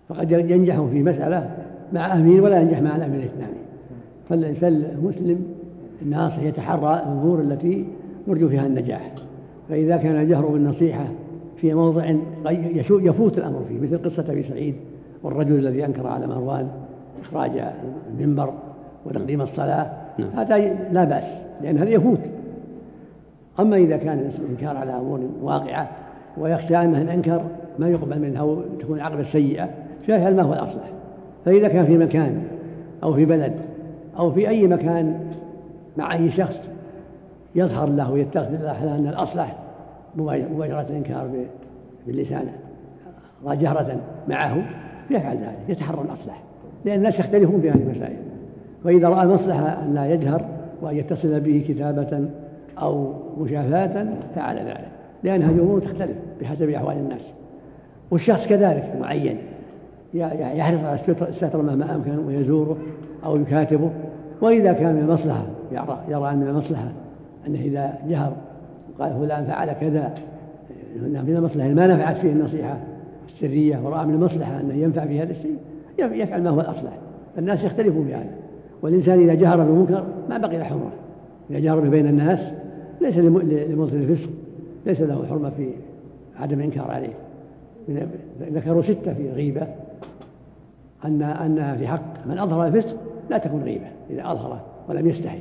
فقد ينجح في مسألة مع أمير ولا ينجح مع الأمير الثاني. فالمسلم الناصح يتحرى الأمور التي يرجو فيها النجاح. فإذا كان الجهر بالنصيحة في موضع يفوت الأمر فيه، مثل قصة أبي سعيد والرجل الذي أنكر على مروان إخراج المنبر وتقديم الصلاة، هذا لا بأس لأن هذا يفوت. أما إذا كان الإنكار على أمور واقعة ويخشى أنه الأنكر ما يقبل منها وتكون العقبة السيئة، فيفعل ما هو الأصلح. فإذا كان في مكان أو في بلد أو في أي مكان مع أي شخص يظهر له ويتخذ الله أن الأصلح مباشرة الإنكار باللسان جهرة معه، يفعل ذلك، يتحرى الأصلح، لأن الناس يختلفون في هذه المسائل. وإذا رأى مصلحة أن لا يجهر وأن يتصل به كتابة أو مشافاة فعل ذلك، لأن هذه الأمور تختلف بحسب أحوال الناس. والشخص كذلك معين يحرص على الستر مهما أمكن ويزوره أو يكاتبه. وإذا كان من المصلحة يرى أن من المصلحة أنه إذا جهر قال فلان فعل كذا، من المصلحة ما نفعت فيه النصيحة السرية، ورأى من المصلحة أنه ينفع في هذا الشيء، يفعل ما هو الأصلح. الناس يختلفون بهذا. والإنسان إذا جهر بالمنكر ما بقي له حرمة. إذا جهر بين الناس ليس لمبطل الفسق، ليس له حرمة في عدم إنكار عليه. ذكروا ستة في غيبة أن أن في حق من أظهر الفسق لا تكون غيبة إذا أظهره ولم يستحي.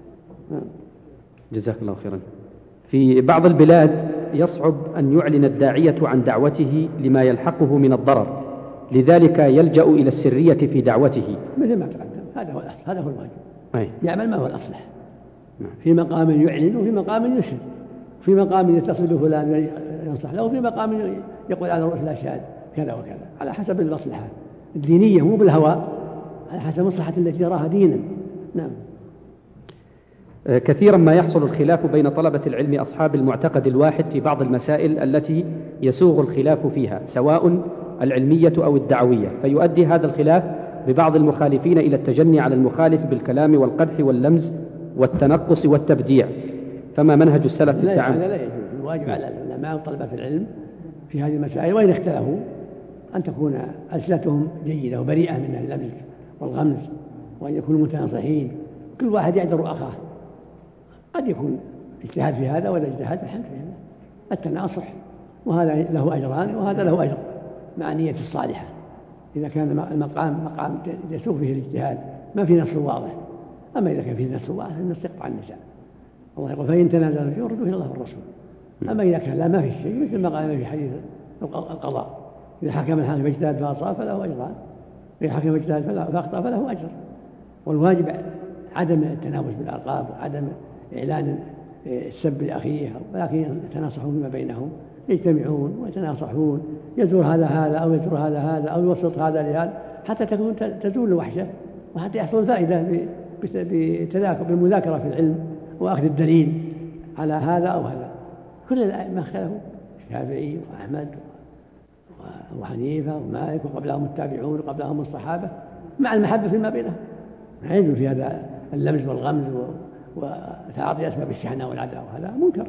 جزاك الله خيرا. في بعض البلاد يصعب أن يعلن الداعية عن دعوته لما يلحقه من الضرر، لذلك يلجأ إلى السرية في دعوته مثل ما تقدم. هذا هو الأصل، هذا هو الواجب. أي. يعمل ما هو الأصلح، في مقام يعلن وفي مقام يسر، في مقام يتصل بفلان ينصح له، وفي مقام يقول على رؤوس الأشهاد كذا وكذا، على حسب المصلحة الدينية مو بالهوى، على حسب المصلحة التي يراها دينا. نعم. كثيرا ما يحصل الخلاف بين طلبة العلم أصحاب المعتقد الواحد في بعض المسائل التي يسوغ الخلاف فيها، سواء العلمية أو الدعوية، فيؤدي هذا الخلاف ببعض المخالفين إلى التجني على المخالف بالكلام والقدح واللمز والتنقص والتبديع. فما منهج السلف في التعامل؟ لا لا يجوز. الواجب على العلماء وطلبة العلم في هذه المسائل وإن اختلفوا أن تكون أسئلتهم جيدة وبريئة من اللمز والغمز، وأن يكونوا متناصحين، كل واحد يعذر أخاه. قد يكون اجتهاد في هذا ولا اجتهاد، الحمد لله التناصح، وهذا له أجران وهذا له أجر مع نية الصالحة. إذا كان المقام مقام يسوق فيه الاجتهاد ما في نص واضح. أما إذا كان فيه نص واضح النص يقطع النساء. الله يقول فإن تنازلوا فيه ردوا إلى الله والرسول. أما إذا كان لا ما في شيء، مثل ما قال في حديث القضاء، إذا حكم الحاكم باجتهاد فأصاب فله أجران، وإذا حكم باجتهاد فأخطأ فله أجر. والواجب عدم التنابز بالألقاب وعدم إعلان السب لأخيه، ولكن يتناصحون فيما بينهم، يجتمعون ويتناصحون، يزور هذا هذا أو يزور هذا هذا أو يوسط هذا لهذا، حتى تكون تزول الوحشة وحتى يحصل فائدة بتذاكر بالمذاكرة في العلم وأخذ الدليل على هذا أو هذا. كل الأئمة اختلفوا، الشافعي وأحمد وحنيفة ومالك وقبلهم التابعون وقبلهم الصحابة، مع المحبة فيما بينهم. لا يجوز في هذا اللمز والغمز وتعاطي أسباب الشحناء والعداوة، هذا منكر.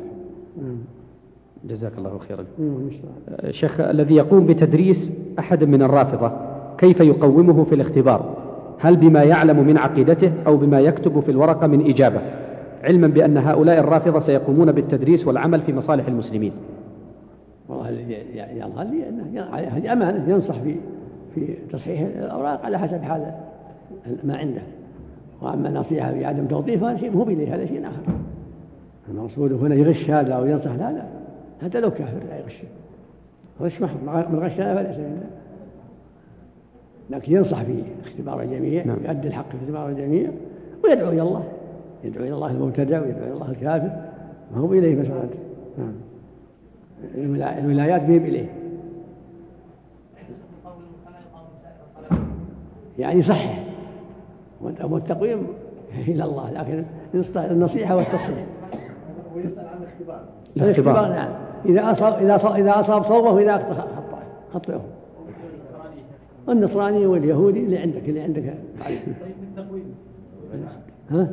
جزاك الله خيرا. شيخ، الذي يقوم بتدريس أحد من الرافضة كيف يقومه في الاختبار؟ هل بما يعلم من عقيدته أو بما يكتب في الورقة من إجابة، علما بأن هؤلاء الرافضة سيقومون بالتدريس والعمل في مصالح المسلمين؟ والله يظهر لي أنه هذه أمانة ينصح في في تصحيح الأوراق على حسب هذا ما عنده. وأما النصيحة في عدم توظيفها هذا شيء مهوب إليه، هذا شيء آخر. المقصود هنا يغش هذا أو ينصح هذا، هذا لو كافر لا يغش، غش من غشنا فليس منا. لكن ينصح في اختبار الجميع، نعم. يؤدي الحق في اختبار الجميع ويدعو إلى الله، يدعو إلى الله المبتدع ويدعو إلى الله الكافر، ما هو إليه مسألة. نعم. الولايات بهم إليه، يعني صحيح، والتقويم إلى الله، لكن النصيحة والتصحيح. ويسأل عن الاختبار. الاختبار نعم، إذا أصاب إذا أصاب إذا أصاب صوبه وإذا أخطأ خطئه. النصراني واليهودي اللي عندك اللي عندك. طيب التقويم. ها؟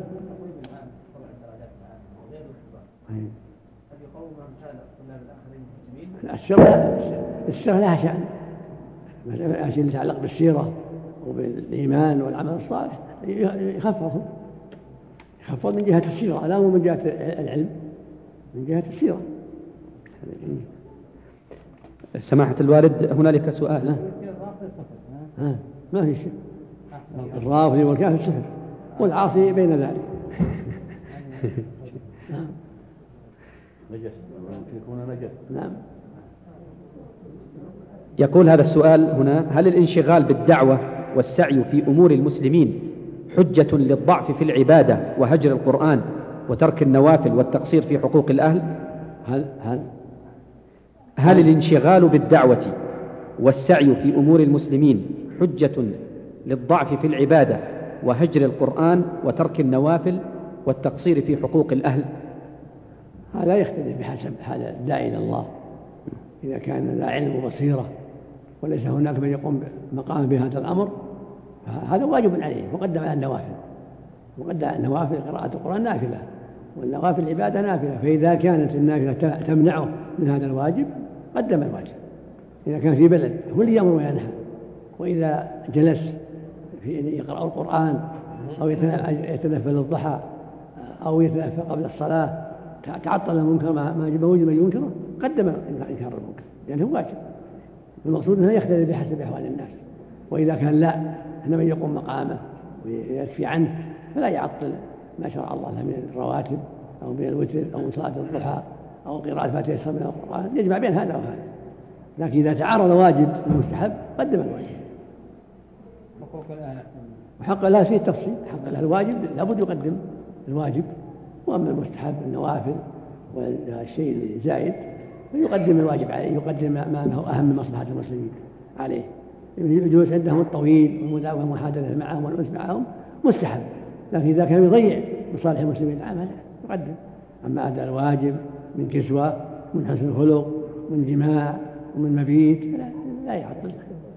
السر السر لها شأن، الأشياء اللي تتعلق بالسيرة وبالإيمان والعمل الصالح يخفض يخفض من جهة السيرة لا مو من جهة العلم، من جهة السيرة. سماحة الوالد هنالك سؤال. ها ما في شيء، الرافضي والكافر صفر والعاصي بين ذلك. نجس يكون نجس. نعم. يقول هذا السؤال هنا: هل الانشغال بالدعوة والسعي في أمور المسلمين حجة للضعف في العبادة وهجر القرآن وترك النوافل والتقصير في حقوق الأهل؟ هل هل هل الانشغال بالدعوة والسعي في أمور المسلمين حجة للضعف في العبادة وهجر القرآن وترك النوافل والتقصير في حقوق الأهل؟ هذا يختلف بحسب حال الداعي إلى الله. إذا كان لا علم وبصيرة وليس هناك من يقوم مقام بهذا الأمر هذا واجب عليه، وقدم على النوافل، وقدم النوافل قراءة القرآن نافلة والنوافل العبادة نافلة، فإذا كانت النافلة تمنعه من هذا الواجب قدم الواجب. إذا كان في بلد هو اللي يأمر وينهى، وإذا جلس في يقرأ القرآن أو يتنفل الضحى أو يتنفل قبل الصلاة تعطل المنكر ما وجد من ينكره قدم إنكار المنكر يعني هو واجب. المقصود أنه يختلف بحسب أحوال الناس، وإذا كان لا هنا من يقوم مقامه ويكفي عنه فلا يعطل ما شرع الله له من الرواتب أو من الوتر أو من صلاة الضحى أو قراءة ما تيسر من القرآن، يجمع بين هذا وهذا. لكن إذا تعارض واجب ومستحب قدم الواجب. حقوق الأهل وحق الأهل فيه التفصيل، حق الأهل الواجب لابد يقدم الواجب، وأما المستحب النوافل والشيء الزائد فيقدم الواجب عليه، يقدم ما هو أهم من مصلحة المسلمين عليه. الجلوس عندهم الطويل والمداومة والمحادثة معهم والأنس معهم مستحب، لكن إذا كان يضيع مصالح المسلمين العامة يقدم. أما هذا الواجب من كسوة من حسن الخلق من جماع ومن مبيت لا, لا يعطل.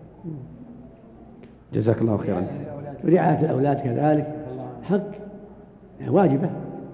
جزاك الله خيرا. ورعاية الأولاد كذلك حق واجبة.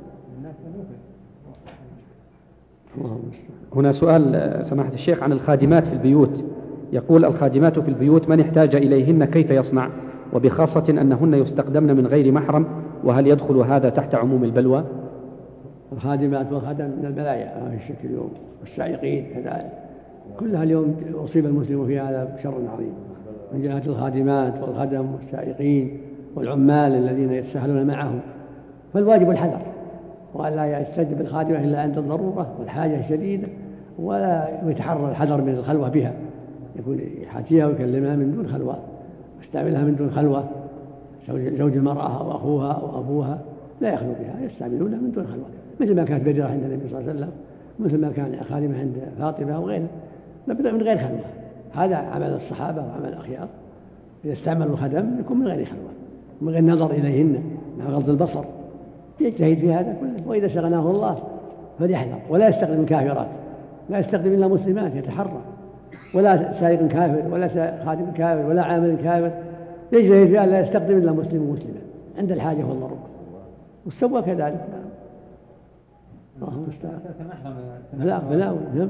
هنا سؤال سماحة الشيخ عن الخادمات في البيوت. يقول: الخادمات في البيوت من احتاج إليهن كيف يصنع، وبخاصة أنهن يستخدمن من غير محرم، وهل يدخل هذا تحت عموم البلوى؟ الخادمات والخدم من البلايا ما في شك اليوم، والسائقين كذلك، كلها اليوم أصيب المسلم في هذا بشر عظيم، من جهة الخادمات والخدم والسائقين والعمال الذين يتساهلون معهم. فالواجب الحذر، وأن لا يستجب الخادمة إلا عند الضرورة والحاجة الشديدة، ولا يتحرى الحذر من الخلوة بها، يكون يحاتيها ويكلمها من دون خلوة، يستعملها من دون خلوة. زوج المرأة أو أخوها أو أبوها لا يخلو بها، يستعملونها من دون خلوة، مثل ما كانت بريرة عند النبي صلى الله عليه وسلم، مثل ما كان خادمة عند فاطمة وغيرها من غير خلوة. هذا عمل الصحابة وعمل الأخيار، إذا استعملوا الخدم يكون من غير خلوة، من غير نظر إليهن مع غض البصر، يجتهد في هذا كله. وإذا شغناه الله فليحذر، ولا يستخدم الكافرات، لا يستخدم إلا مسلمات، يتحرى، ولا سائق كافر ولا خادم كافر ولا عامل كافر، يجتهد في أن لا يستخدم إلا مسلم ومسلمة عند الحاجة والضرورة، والسوى كذلك. اللهم المستعان. لا لا نعم.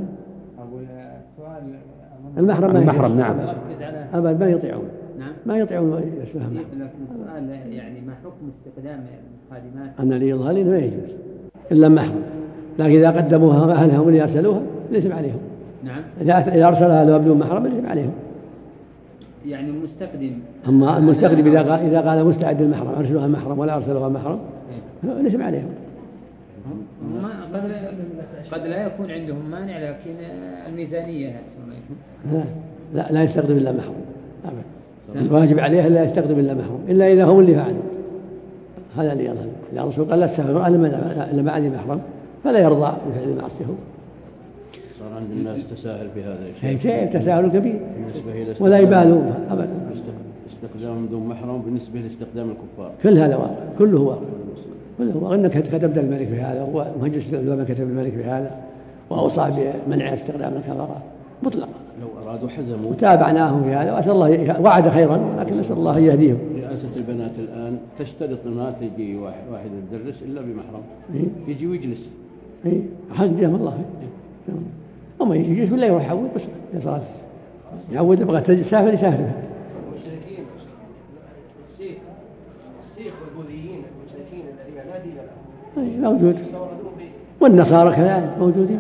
المحرم ما المحرم نعم أبدا ما يطيعون، نعم ما يطيعون يسمعهم. لكن السؤال يعني ما حكم استخدام الخادمات؟ أن لي الظالين ما يجوز إلا محرم، لكن إذا قدموها أهلهم ليرسلوها ليس عليهم. نعم. إذا أرسلها لو بدون محرم ليس عليهم. يعني المستخدم. أما المستخدم إذا قال إذا قال مستعد المحرم أرسلوها محرم ولا أرسلوها محرم ليس عليهم. ما قد قد لا يكون عندهم مانع، لكن الميزانية لا لا, لا يستخدم إلا محرم أبدا. الواجب عليه لا يستخدم إلا محرم، إلا إذا هم اللي فعلوا. هذا اللي يظهر. إذا الرسول قال لا تستخدموا إلا ما عندي محرم فلا يرضى بفعل المعصية. صار عند الناس تساهل في هذا الشيء. شيء تساهل كبير ولا يبالون أبدا. استخدام بدون محرم بالنسبة لاستخدام الكفار. كل هذا واقع، كله واقع، كله واقع. إنك كتبت الملك بهذا، ومجلس العلماء كتب الملك بهذا، وأوصى بمنع استخدام الكفرة مطلقا. لو أرادوا حزموا. وتابعناهم في هذا، وأسأل الله وعد خيرا، ولكن نسأل الله يهديهم. رئاسة البنات الآن تشترط ما تجي واحد واحد يدرس إلا بمحرم. إيه؟ يجي ويجلس. إيه حق جزاهم الله خير. أما يجي يجلس ولا يروح يحول بس يصلي. يعود يبغى تسافر يسافر. المشركين السيف السيف والبوذيين المشركين الذين لا دين لهم موجود، والنصارى كذلك موجودين.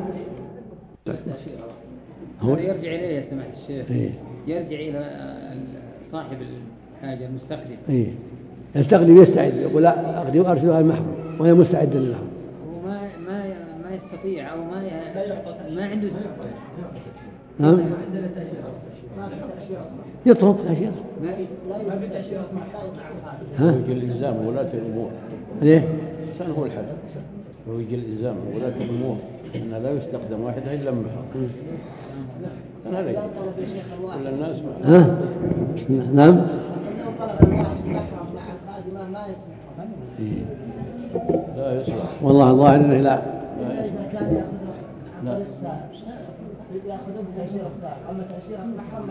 هذا يرجع إليه يا سماحة الشيخ. إيه؟ يرجع إلى صاحب الحاجة المستقدم. إيه؟ يستقدم يستعد يقول لا أقدم أرسلها المحرم وهي مستعد لله. هو ما ما ما يستطيع أو ما ي... ما عنده استعداد. نعم. يطلب تأشيرة. ما في تأشيرة. ها؟ يجي الإلزام ولاة الأمور. ليه؟ عشان هو الحل. ويجي الإلزام ولاة الأمور أن لا يستخدم واحدة إلا محرم. أنا ليه؟ كل الناس. ها؟ نعم. لا يصلح. والله الظاهر انه لا. كان ياخذ طريق سائر ياخذ بتأشيرة سائر، اما تأشيرة محرم ما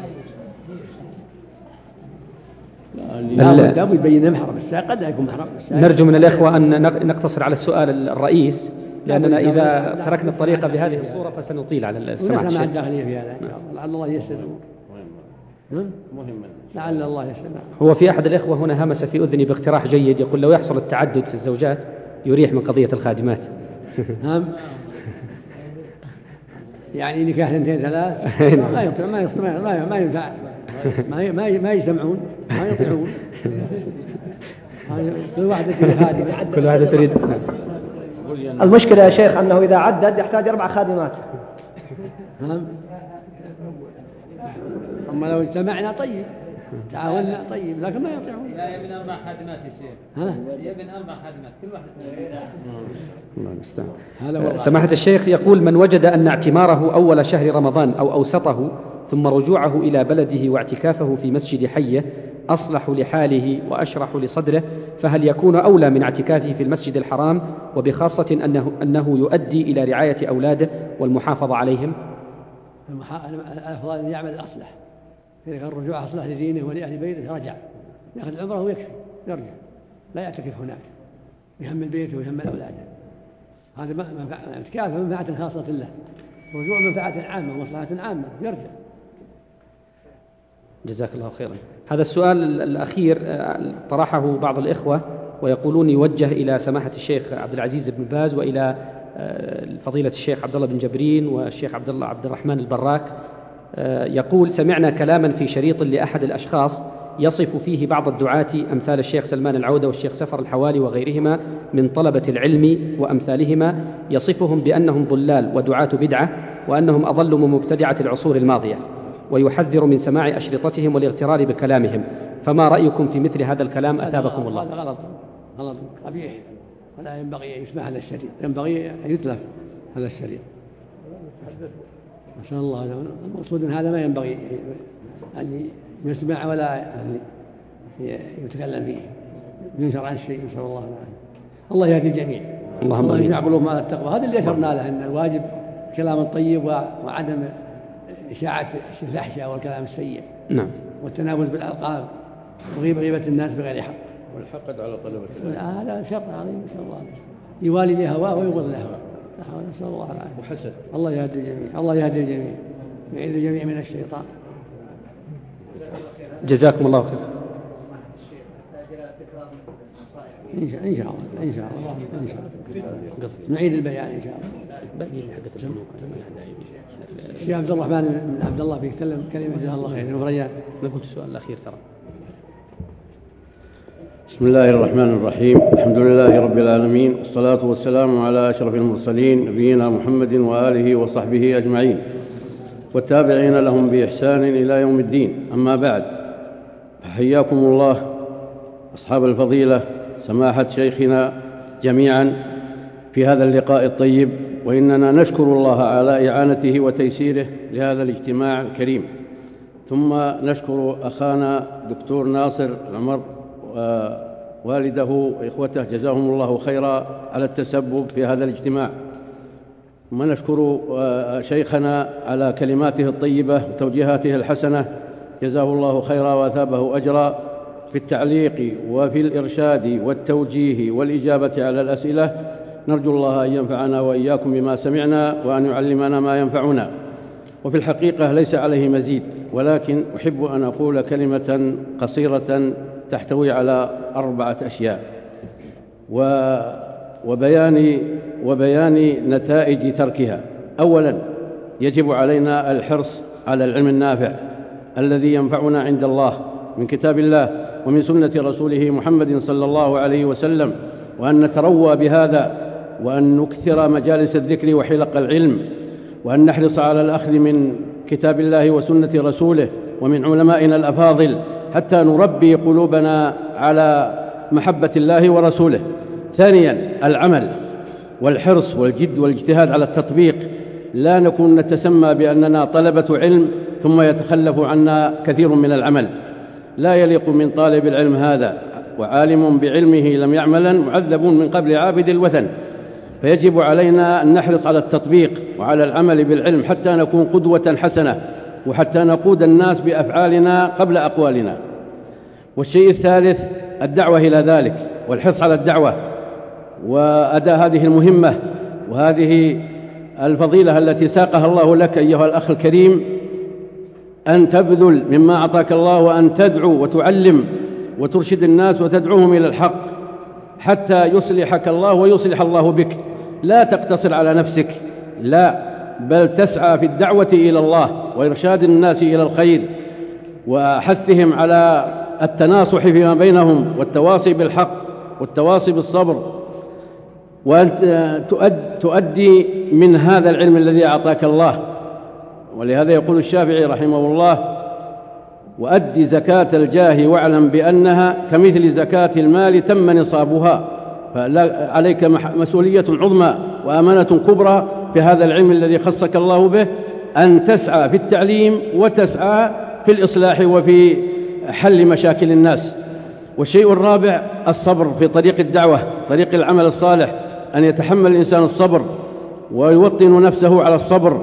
يوجد. لا بد يبين محرم السائق، قد يكون محرم السائق. نرجو من الإخوة أن نقتصر على السؤال الرئيس، لأننا إذا تركنا الطريقة بهذه الصورة فسنطيل على السماع الشيخ. ولسنا مع الداخلية في هذا إن شاء الله، لعل الله يسر. مهم. لعل الله يسر. هو في أحد الإخوة هنا همس في أذني باقتراح جيد، يقول لو يحصل التعدد في الزوجات يريح من قضية الخادمات. نعم. يعني نكاح اثنتين ثلاث ما يطلع ما يصطمع ما ما ينفع، ما ما ما يجتمعون ما يطيعون. كل واحدة تريد خادمة. كل واحدة تريد. المشكلة يا شيخ أنه إذا عدد يحتاج أربع خادمات. نعم. أما لو اجتمعنا طيب تعاوننا طيب، لكن ما يطيعون. لا يبن أربع خادمات يا شيخ. ها؟ يبن أربع خادمات كل واحدة. الله المستعان. سماحة الشيخ يقول من وجد أن اعتماره أول شهر رمضان أو أوسطه ثم رجوعه إلى بلده واعتكافه في مسجد حية أصلح لحاله وأشرح لصدره، فهل يكون أولى من اعتكافه في المسجد الحرام، وبخاصة أنه, أنه يؤدي إلى رعاية أولاده والمحافظة عليهم؟ الأفضل أن يعمل الأصلح، إذا كان الرجوع أصلح لدينه ولأهل بيته رجع يأخذ العمره ويكفي يرجع، لا يعتكف هناك يهمل بيته ويهمل أولاده. هذا اعتكاف منفعة خاصة له، رجوع منفعة عامة ومصلحة عامة يرجع. جزاك الله خيرا. هذا السؤال الأخير طرحه بعض الإخوة ويقولون يوجه إلى سماحة الشيخ عبد العزيز بن باز وإلى فضيلة الشيخ عبد الله بن جبرين والشيخ عبد الله عبد الرحمن البراك. يقول سمعنا كلاما في شريط لأحد الأشخاص يصف فيه بعض الدعاة أمثال الشيخ سلمان العودة والشيخ سفر الحوالي وغيرهما من طلبة العلم وأمثالهما، يصفهم بأنهم ضلال ودعاة بدعة وأنهم أضل من مبتدعة العصور الماضية، ويحذر من سماع أشرطتهم والاغترار بكلامهم، فما رأيكم في مثل هذا الكلام أثابكم الله؟ هذا غلط غلط قبيح، ولا ينبغي أن يسمع هذا الشريط، ينبغي أن يتلف هذا الشريط. نسأل الله. المقصود أن هذا ما ينبغي أن يسمع ولا أن يتكلم فيه، ينشر عن شيء. نسأل الله العافية. الله يهدي الجميع، الله يجمع قلوبهم على التقوى. هذا اللي أشرنا له، أن الواجب كلام طيب وعدم إشاعة الفحشاء والكلام السيء. نعم. والتنابز بالألقاب وغيبة غيبة الناس بغير حق، والحقد على طلبة العلم. هذا شرط عظيم. نسأل الله يوالي لهواه ويبغض لهواه. نسأل الله العافية. وحسد. الله يهدي الجميع، الله يهدي الجميع، يعيذ الجميع من الشيطان. جزاكم الله خير. إن شاء الله إن شاء الله إن شاء الله نعيد البيان إن شاء الله. الشيخ عبد الرحمن بن عبد الله بيتكلم كلمة جزاه الله خير. وريان ما قلت السؤال الأخير ترى. بسم الله الرحمن الرحيم، الحمد لله رب العالمين، والصلاة والسلام على أشرف المرسلين نبينا محمد وآله وصحبه أجمعين والتابعين لهم بإحسان إلى يوم الدين. أما بعد، فحياكم الله أصحاب الفضيلة سماحة شيخنا جميعا في هذا اللقاء الطيب، وإننا نشكر الله على إعانته وتيسيره لهذا الاجتماع الكريم. ثم نشكر أخانا دكتور ناصر العمر ووالده وإخوته جزاهم الله خيرا على التسبب في هذا الاجتماع. ثم نشكر شيخنا على كلماته الطيبة وتوجيهاته الحسنة جزاه الله خيرا وأثابه أجرا في التعليق وفي الإرشاد والتوجيه والإجابة على الأسئلة. نرجو الله أن ينفعنا وإياكم بما سمعنا وأن يعلمنا ما ينفعنا. وفي الحقيقة ليس عليه مزيد، ولكن أحب أن أقول كلمة قصيرة تحتوي على أربعة أشياء وبيان, وبيان نتائج تركها. أولا، يجب علينا الحرص على العلم النافع الذي ينفعنا عند الله من كتاب الله ومن سنة رسوله محمد صلى الله عليه وسلم، وأن نتروى بهذا، وأن نكثر مجالس الذكر وحلق العلم، وأن نحرص على الأخذ من كتاب الله وسنة رسوله ومن علمائنا الأفاضل حتى نربي قلوبنا على محبة الله ورسوله. ثانيا، العمل والحرص والجد والاجتهاد على التطبيق، لا نكون نتسمى بأننا طلبة علم ثم يتخلف عنا كثير من العمل، لا يليق من طالب العلم هذا، وعالم بعلمه لم يعملا معذب من قبل عابد الوثن. فيجب علينا أن نحرص على التطبيق وعلى العمل بالعلم حتى نكون قدوة حسنة، وحتى نقود الناس بأفعالنا قبل أقوالنا. والشيء الثالث، الدعوة إلى ذلك والحرص على الدعوة وأداء هذه المهمة وهذه الفضيلة التي ساقها الله لك أيها الأخ الكريم، أن تبذل مما أعطاك الله، وأن تدعو وتعلم وترشد الناس وتدعوهم إلى الحق حتى يصلحك الله ويصلح الله بك. لا تقتصر على نفسك، لا، بل تسعى في الدعوة إلى الله وإرشاد الناس إلى الخير وحثهم على التناصح فيما بينهم والتواصي بالحق والتواصي بالصبر، وأن تؤدي من هذا العلم الذي أعطاك الله. ولهذا يقول الشافعي رحمه الله: وأدي زكاة الجاه واعلم بأنها كمثل زكاة المال تم نصابها. فعليك مسؤولية عظمى وأمانة كبرى في هذا العلم الذي خصك الله به، أن تسعى في التعليم وتسعى في الإصلاح وفي حل مشاكل الناس. والشيء الرابع، الصبر في طريق الدعوة، طريق العمل الصالح، أن يتحمل الإنسان الصبر ويوطن نفسه على الصبر،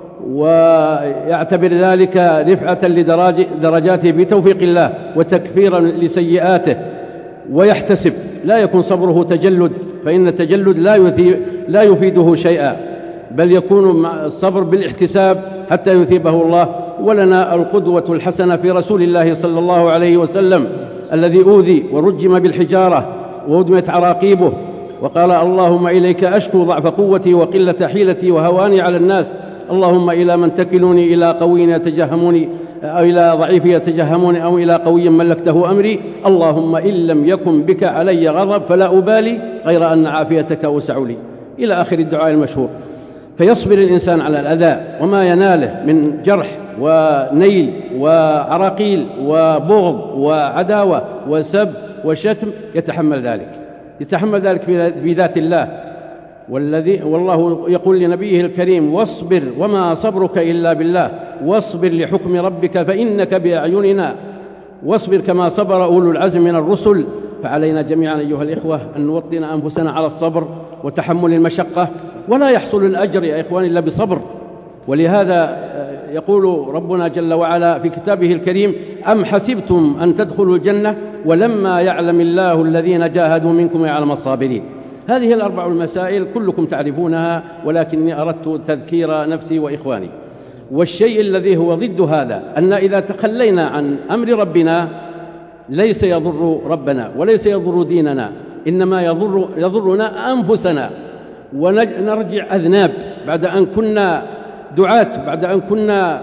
ويعتبر ذلك رفعة لدرجاته بتوفيق الله وتكفيرا لسيئاته، ويحتسب، لا يكون صبره تجلد، فإن التجلد لا يفيده شيئا، بل يكون الصبر بالاحتساب حتى يثيبه الله. ولنا القدوة الحسنة في رسول الله صلى الله عليه وسلم الذي أوذي ورجم بالحجارة وأدمت عراقيبه وقال: اللهم إليك أشكو ضعف قوتي وقلة حيلتي وهواني على الناس، اللهم إلى من تكلني، إلى قوي يتجهمني أو إلى ضعيف يتجهمني أو إلى قوي ملكته أمري، اللهم إن لم يكن بك علي غضب فلا أبالي غير أن عافيتك أوسع لي، إلى آخر الدعاء المشهور. فيصبر الإنسان على الأذى وما يناله من جرح ونيل وعراقيل وبغض وعداوة وسب وشتم، يتحمل ذلك، يتحمل ذلك في ذات الله. والذي والله يقول لنبيه الكريم: واصبر وما صبرك إلا بالله واصبر لحكم ربك فإنك بأعيننا، واصبر كما صبر أولو العزم من الرسل. فعلينا جميعا أيها الإخوة أن نوطن أنفسنا على الصبر وتحمل المشقة، ولا يحصل الأجر يا إخوان إلا بصبر. ولهذا يقول ربنا جل وعلا في كتابه الكريم: أم حسبتم أن تدخلوا الجنة ولما يعلم الله الذين جاهدوا منكم ويعلم الصابرين. هذه الأربع المسائل كلكم تعرفونها، ولكني أردت تذكير نفسي وإخواني. والشيء الذي هو ضد هذا أن إذا تخلينا عن أمر ربنا ليس يضر ربنا وليس يضر ديننا، إنما يضر يضرنا أنفسنا، ونرجع أذناب بعد أن كنا دعاة، بعد أن كنا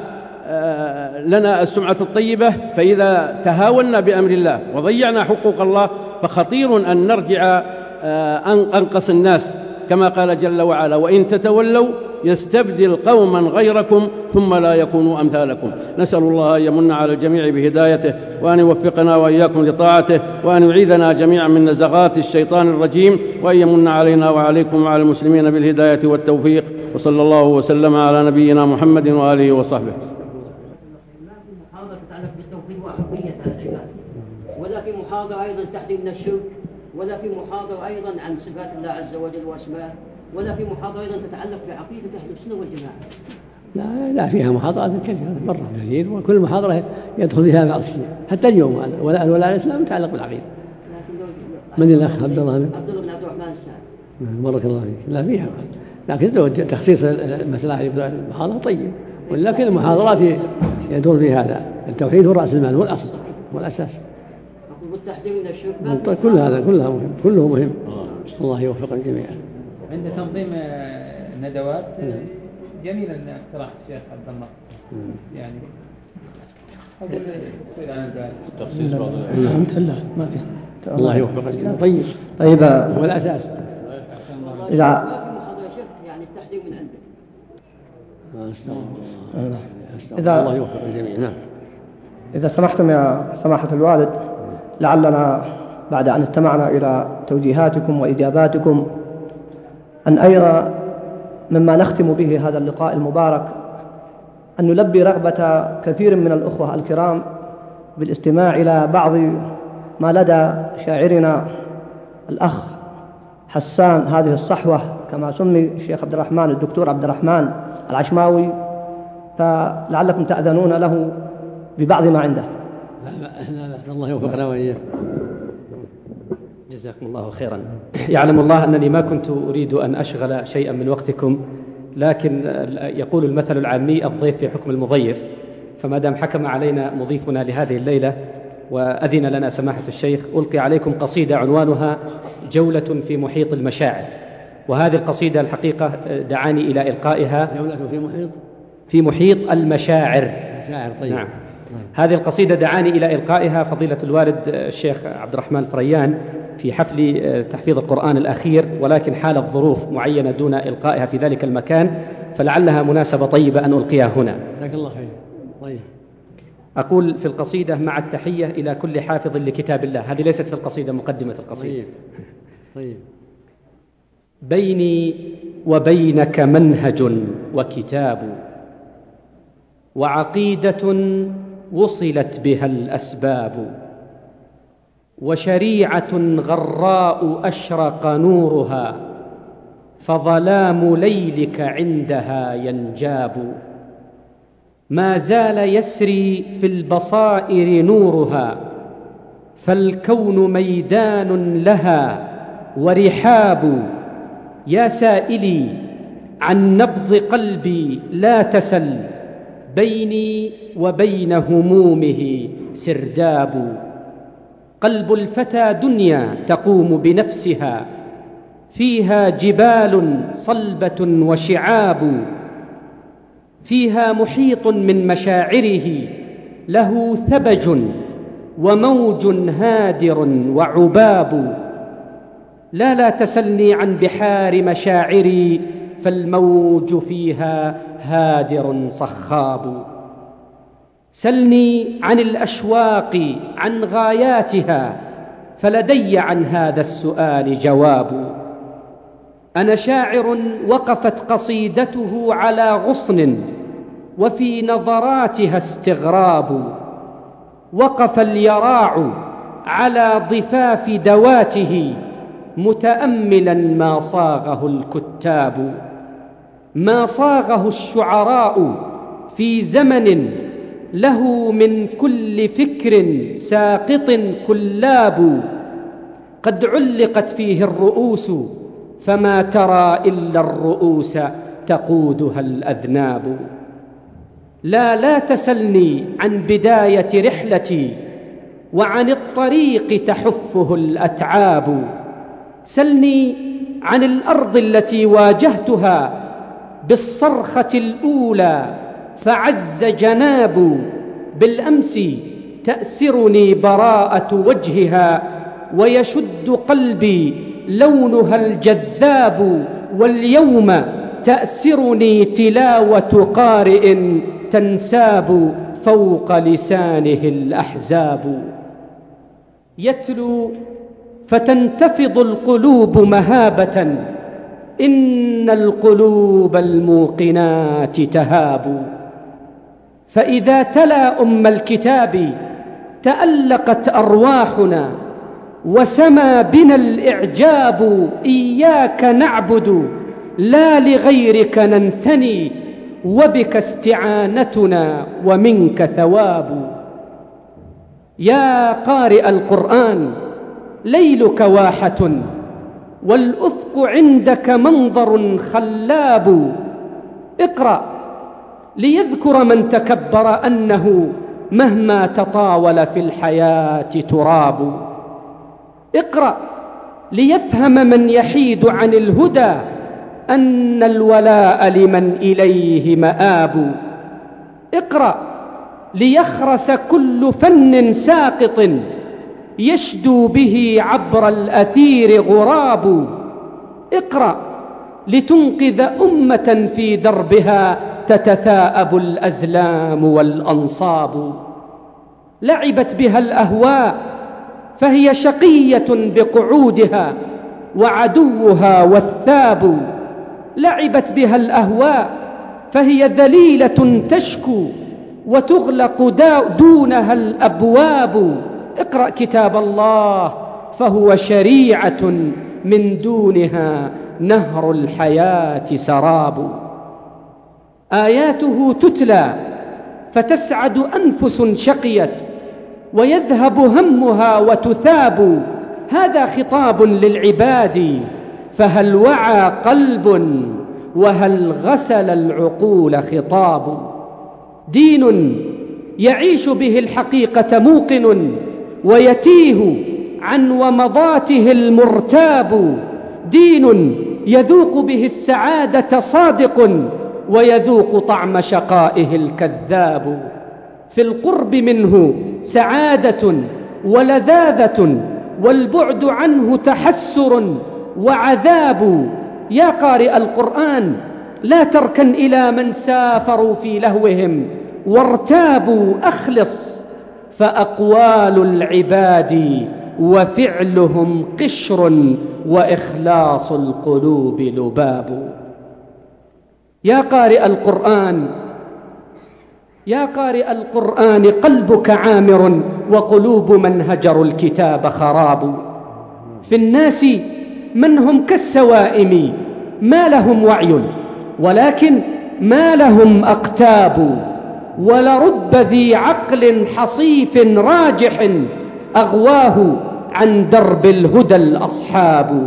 لنا السمعة الطيبة. فإذا تهاونا بأمر الله وضيعنا حقوق الله فخطير أن نرجع أنقص الناس، كما قال جل وعلا: وإن تتولوا يستبدل قوما غيركم ثم لا يكونوا أمثالكم. نسأل الله أن يمن على الجميع بهدايته، وأن يوفقنا وإياكم لطاعته، وأن يعيذنا جميعا من نزغات الشيطان الرجيم، وأن يمن علينا وعليكم وعلى المسلمين بالهداية والتوفيق. وصلى الله وسلم على نبينا محمد وآله وصحبه. محاضرة تتعلق بالتوحيد وأهمية هذا العبادة، ولا في محاضرة أيضا تحذير من الشرك، ولا في محاضرة أيضا عن صفات الله عز وجل وأسمائه، ولا في محاضرة أيضا تتعلق بعقيدة أهل السنة والجماعة. لا لا فيها محاضرات كثيرة مرة كثير، وكل محاضرة يدخل فيها بعض الشيء. حتى اليوم ولا الولاء الإسلام متعلق بالعقيدة. من الأخ عبد الله عبد الله بن عبد الرحمن السائل. بارك الله فيك. لا فيها، لكن تخصيص المسألة المحاضرة طيب، ولكن المحاضرات يدور في هذا. التوحيد هو رأس المال والأصل والأساس. والتحذير من الشرك كل هذا كلها مهم، كله مهم. الله يوفق الجميع. عند تنظيم ندوات جميل ان اقتراح الشيخ عبد الله يعني اقول يصير على البال تخصيص بعض الحمد ما في. الله يوفق الجميع. طيب طيب هو الأساس. إذا يعني التحذير من عندك. إذا الله يوفق الجميع. نعم. إذا سمحتم يا سماحة الوالد، لعلنا بعد أن استمعنا إلى توجيهاتكم وإجاباتكم أن أيضا مما نختم به هذا اللقاء المبارك أن نلبي رغبة كثير من الأخوة الكرام بالاستماع إلى بعض ما لدى شاعرنا الأخ حسان هذه الصحوة كما سمي الشيخ عبد الرحمن الدكتور عبد الرحمن العشماوي، فلعلكم تأذنون له ببعض ما عنده. الله يوفقنا وإياه. جزاكم الله خيرا. يعلم الله أنني ما كنت أريد أن أشغل شيئا من وقتكم، لكن يقول المثل العامي الضيف في حكم المضيف، فما دام حكم علينا مضيفنا لهذه الليلة وأذن لنا سماحة الشيخ، ألقي عليكم قصيدة عنوانها جولة في محيط المشاعر. وهذه القصيدة الحقيقة دعاني إلى إلقائها. جولة في محيط في محيط المشاعر. مشاعر. طيب. نعم. هذه القصيدة دعاني إلى إلقائها فضيلة الوالد الشيخ عبد الرحمن الفريان في حفل تحفيظ القرآن الأخير، ولكن حالت ظروف معينة دون إلقائها في ذلك المكان، فلعلها مناسبة طيبة أن ألقيها هنا. جزاك الله خير. طيب. أقول في القصيدة: مع التحية إلى كل حافظ لكتاب الله. هذه ليست في القصيدة، مقدمة القصيدة. طيب. طيب. بيني وبينك منهج وكتاب، وعقيدة وصلت بها الأسباب، وشريعة غراء أشرق نورها، فظلام ليلك عندها ينجاب. ما زال يسري في البصائر نورها، فالكون ميدان لها ورحاب. يا سائلي عن نبض قلبي لا تسل، بيني وبين همومه سرداب. قلب الفتى دنيا تقوم بنفسها، فيها جبال صلبة وشعاب، فيها محيط من مشاعره له ثبج وموج هادر وعباب. لا لا تسلني عن بحار مشاعري، فالموج فيها هادر صخاب. سلني عن الأشواق عن غاياتها، فلدي عن هذا السؤال جواب. أنا شاعر وقفت قصيدته على غصن، وفي نظراتها استغراب. وقف اليراع على ضفاف دواته، متأملا ما صاغه الكتاب. ما صاغه الشعراء في زمن له من كل فكر ساقط كلاب. قد علقت فيه الرؤوس، فما ترى إلا الرؤوس تقودها الأذناب. لا لا تسلني عن بداية رحلتي، وعن الطريق تحفه الأتعاب. سلني عن الأرض التي واجهتها بالصرخة الأولى فعز جناب. بالأمس تأسرني براءة وجهها، ويشد قلبي لونها الجذاب. واليوم تأسرني تلاوة قارئ تنساب فوق لسانه الأحزاب. يتلو فتنتفض القلوب مهابة، إن القلوب الموقنات تهاب. فإذا تلا أم الكتاب تألقت أرواحنا، وسمى بنا الإعجاب. إياك نعبد لا لغيرك ننثني، وبك استعانتنا ومنك ثواب. يا قارئ القرآن ليلك واحة، والأفق عندك منظر خلاب. اقرأ ليذكر من تكبر أنه مهما تطاول في الحياة تراب. اقرأ ليفهم من يحيد عن الهدى أن الولاء لمن إليه مآب. اقرأ ليخرس كل فن ساقط يشدو به عبر الأثير غراب. اقرأ لتنقذ أمة في دربها تتثاءب الأزلام والأنصاب. لعبت بها الأهواء فهي شقية بقعودها وعدوها وثاب. لعبت بها الأهواء فهي ذليلة تشكو وتغلق دونها الأبواب. اقرأ كتاب الله فهو شريعة من دونها نهر الحياة سراب. آياته تتلى فتسعد أنفس شقيت ويذهب همها وتثاب. هذا خطاب للعباد فهل وعى قلب وهل غسل العقول خطاب. دين يعيش به الحقيقة موقن ويتيه عن ومضاته المرتاب. دين يذوق به السعادة صادق ويذوق طعم شقائه الكذاب. في القرب منه سعادة ولذاذة والبعد عنه تحسر وعذاب. يا قارئ القرآن لا تركن إلى من سافروا في لهوهم وارتابوا. أخلص فأقوال العباد وفعلهم قشر وإخلاص القلوب لباب. يا قارئ القرآن يا قارئ القرآن قلبك عامر وقلوب من هجروا الكتاب خراب. في الناس من هم كالسوائم ما لهم وعي ولكن ما لهم أقتاب. ولرب ذي عقل حصيف راجح أغواه عن درب الهدى الأصحاب.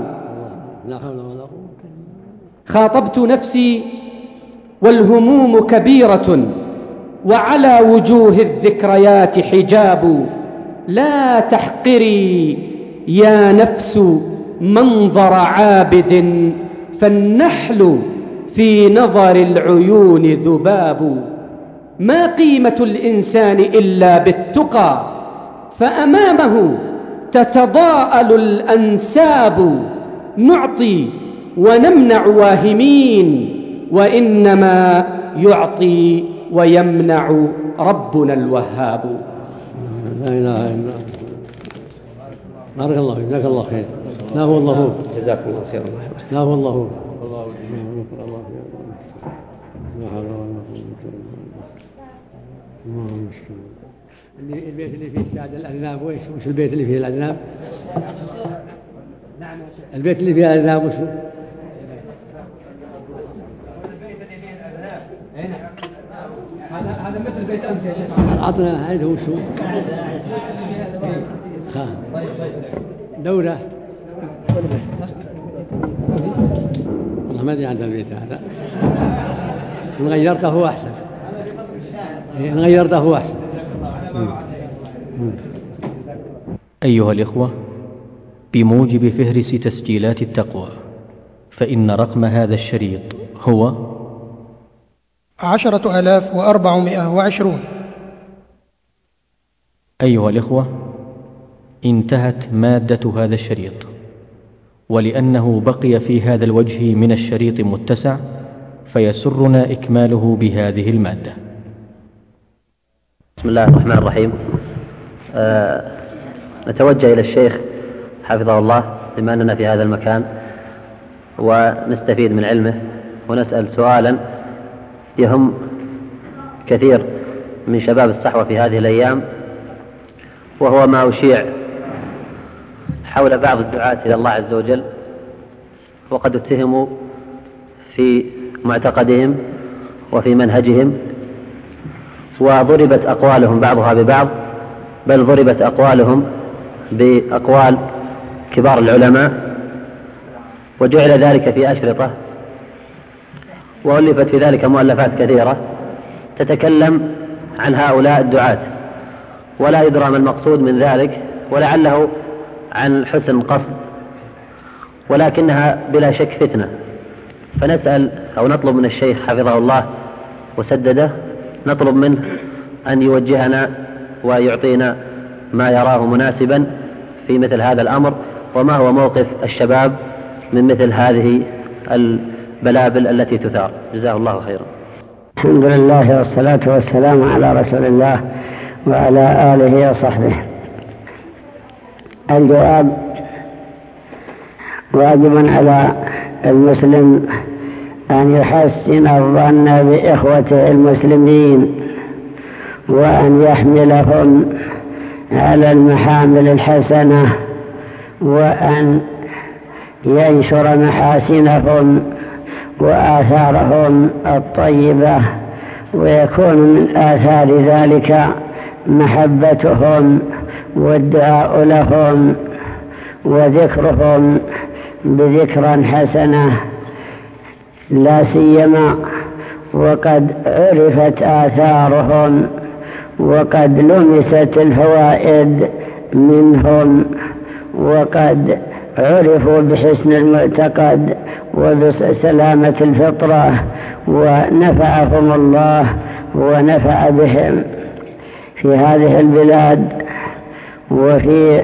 خاطبت نفسي والهموم كبيرة وعلى وجوه الذكريات حجاب. لا تحقري يا نفس منظر عابد فالنحل في نظر العيون ذباب. ما قيمة الإنسان إلا بالتقى فأمامه تتضاءل الأنساب. نعطي ونمنع واهمين وإنما يعطي ويمنع ربنا الوهاب. لا إله إلا الله. بارك الله فيك. جزاك الله خير. لا هو الله هو. جزاكم الله خير. لا هو الله هو. البيت اللي فيه السعد الأذناب وإيش وش البيت اللي فيه الأذناب؟ نعم يا شيخ. البيت اللي فيه الأذناب وش؟ هذا هذا مثل بيت أمس يا شيخ. عطنا هذا وش هو؟ خا. دورة. والله ما أدري عن البيت هذا. إن غيرته هو أحسن. إن غيرته هو أحسن. أيها الإخوة، بموجب فهرس تسجيلات التقوى فإن رقم هذا الشريط هو عشرة آلاف وأربعمائة وعشرون. أيها الإخوة، انتهت مادة هذا الشريط، ولأنه بقي في هذا الوجه من الشريط متسع فيسرنا إكماله بهذه المادة. بسم الله الرحمن الرحيم. آه نتوجه إلى الشيخ حفظه الله بما أننا في هذا المكان ونستفيد من علمه ونسأل سؤالا يهم كثير من شباب الصحوة في هذه الأيام، وهو ما أشيع حول بعض الدعاة إلى الله عز وجل وقد اتهموا في معتقدهم وفي منهجهم، وضربت أقوالهم بعضها ببعض، بل ضربت أقوالهم بأقوال كبار العلماء، وجعل ذلك في أشرطة، وألفت في ذلك مؤلفات كثيرة، تتكلم عن هؤلاء الدعاة ولا يدرى ما المقصود من ذلك، ولعله عن حسن قصد، ولكنها بلا شك فتنة. فنسأل أو نطلب من الشيخ حفظه الله وسدده، نطلب منه أن يوجهنا ويعطينا ما يراه مناسبا في مثل هذا الأمر، وما هو موقف الشباب من مثل هذه البلابل التي تثار. جزاه الله خيرا. الحمد لله والصلاة والسلام على رسول الله وعلى آله وصحبه. الجواب: واجب على المسلم أن يحسن الظن بإخوته المسلمين، وأن يحملهم على المحامل الحسنة، وأن ينشر محاسنهم وآثارهم الطيبة، ويكون من آثار ذلك محبتهم والدعاء لهم وذكرهم بذكرا حسنة، لا سيما وقد عرفت آثارهم وقد لمست الفوائد منهم، وقد عرفوا بحسن المعتقد وبسلامة الفطرة، ونفعهم الله ونفع بهم في هذه البلاد وفي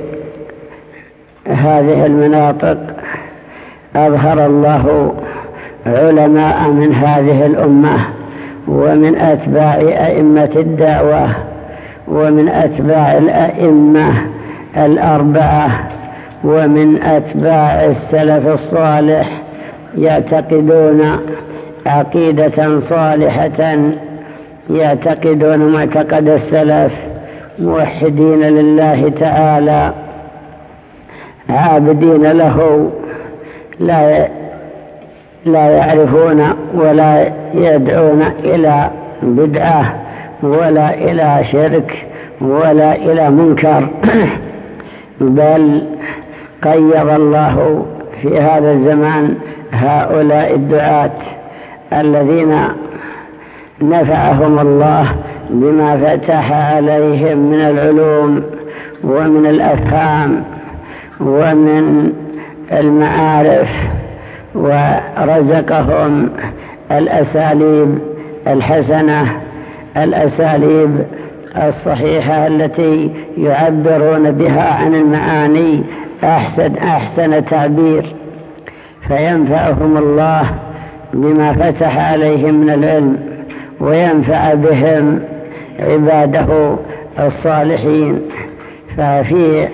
هذه المناطق. أظهر الله علماء من هذه الأمة ومن أتباع أئمة الدعوة ومن أتباع الأئمة الأربعة ومن أتباع السلف الصالح يعتقدون عقيدة صالحة، يعتقدون معتقد السلف، موحدين لله تعالى، عابدين له، لا لا يعرفون ولا يدعون إلى بدعة ولا إلى شرك ولا إلى منكر، بل قيض الله في هذا الزمان هؤلاء الدعاة الذين نفعهم الله بما فتح عليهم من العلوم ومن الأفهام ومن المعارف، ورزقهم الأساليب الحسنة، الأساليب الصحيحة التي يعبرون بها عن المعاني أحسن, أحسن تعبير، فينفعهم الله بما فتح عليهم من العلم، وينفع بهم عباده الصالحين. ففي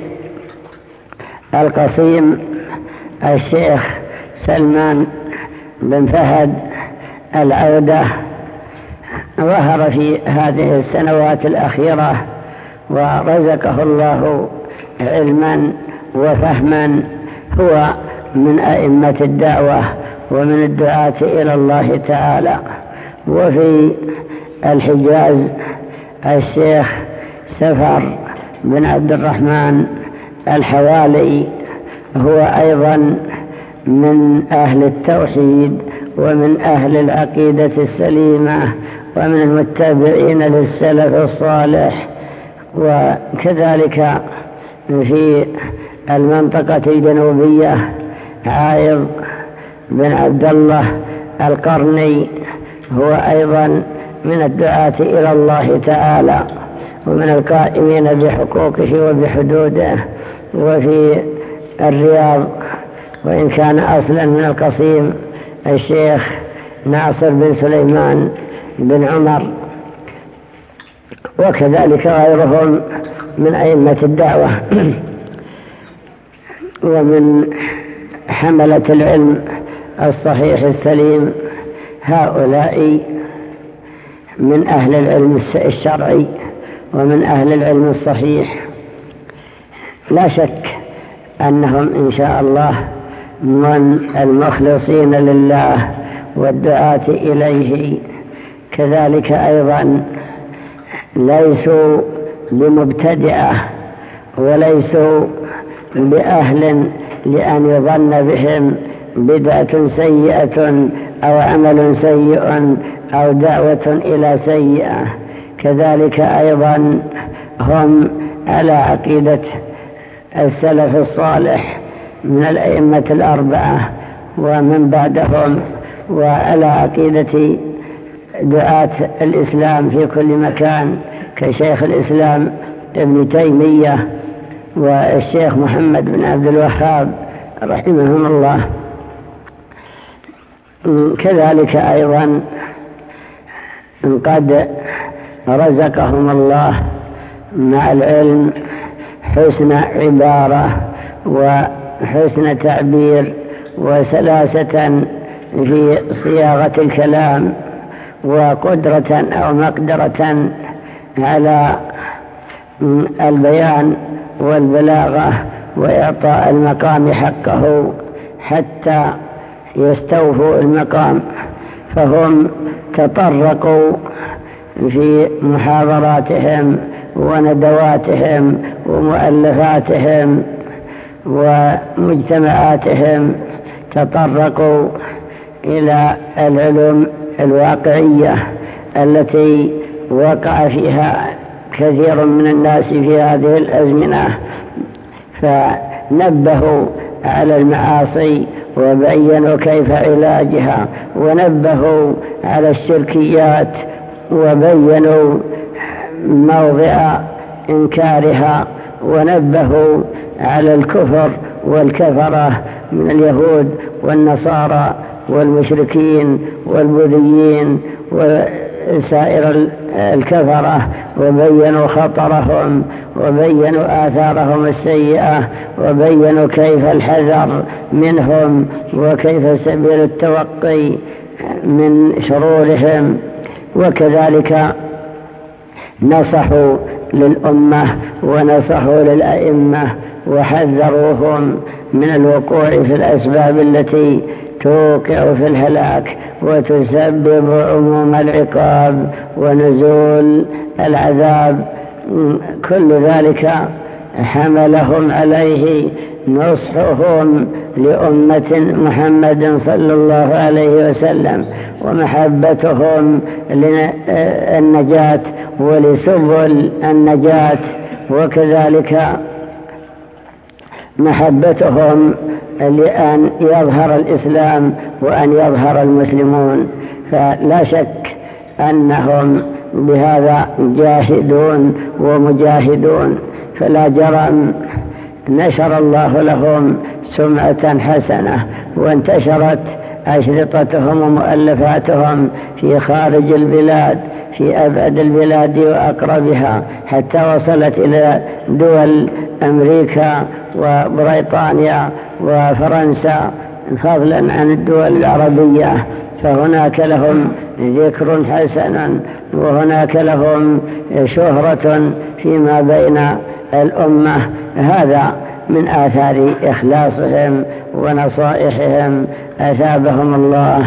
القصيم الشيخ سلمان بن فهد العودة ظهر في هذه السنوات الأخيرة، ورزقه الله علما وفهما، هو من أئمة الدعوة ومن الدعاة إلى الله تعالى. وفي الحجاز الشيخ سفر بن عبد الرحمن الحوالي، هو أيضا من أهل التوحيد ومن أهل العقيدة السليمة ومن المتبعين للسلف الصالح. وكذلك في المنطقة الجنوبية عايض بن عبد الله القرني، هو أيضا من الدعاة إلى الله تعالى ومن القائمين بحقوقه وبحدوده. وفي الرياض، وإن كان أصلا من القصيم، الشيخ ناصر بن سليمان بن عمر، وكذلك غيرهم من أئمة الدعوة ومن حملة العلم الصحيح السليم. هؤلاء من أهل العلم الشرعي ومن أهل العلم الصحيح، لا شك أنهم إن شاء الله من المخلصين لله والدعاة إليه. كذلك أيضا ليسوا بمبتدئة وليسوا بأهل لأن يظن بهم بدعة سيئة أو عمل سيء أو دعوة إلى سيئة. كذلك أيضا هم على عقيدة السلف الصالح من الأئمة الأربعة ومن بعدهم، وعلى عقيدة دعاة الإسلام في كل مكان كشيخ الإسلام ابن تيمية والشيخ محمد بن عبد الوهاب رحمهم الله. كذلك أيضا قد رزقهم الله مع العلم حسن عبارة وحسن تعبير وسلاسة في صياغة الكلام وقدرة أو مقدرة على البيان والبلاغة وإعطاء المقام حقه حتى يستوفوا المقام. فهم تطرقوا في محاضراتهم وندواتهم ومؤلفاتهم ومجتمعاتهم تطرقوا إلى العلوم الواقعية التي وقع فيها كثير من الناس في هذه الأزمنة، فنبهوا على المعاصي وبينوا كيف علاجها، ونبهوا على الشركيات وبينوا موضع إنكارها، ونبهوا على الكفر والكفرة من اليهود والنصارى والمشركين والبوذيين وسائر الكفرة، وبينوا خطرهم وبينوا آثارهم السيئة وبينوا كيف الحذر منهم وكيف سبيل التوقي من شرورهم. وكذلك نصحوا للأمة ونصحوا للأئمة وحذروهم من الوقوع في الأسباب التي توقع في الهلاك وتسبب عموم العقاب ونزول العذاب. كل ذلك حملهم عليه نصحهم لأمة محمد صلى الله عليه وسلم ومحبتهم للنجاة ولسبل النجاة، وكذلك محبتهم لأن يظهر الإسلام وأن يظهر المسلمون. فلا شك أنهم بهذا جاهدون ومجاهدون، فلا جرم نشر الله لهم سمعة حسنة وانتشرت أشرطتهم ومؤلفاتهم في خارج البلاد في أبعد البلاد وأقربها، حتى وصلت إلى دول أمريكا وبريطانيا وفرنسا فضلا عن الدول العربية. فهناك لهم ذكر حسن وهناك لهم شهرة فيما بين الأمة. هذا من آثار إخلاصهم ونصائحهم أثابهم الله.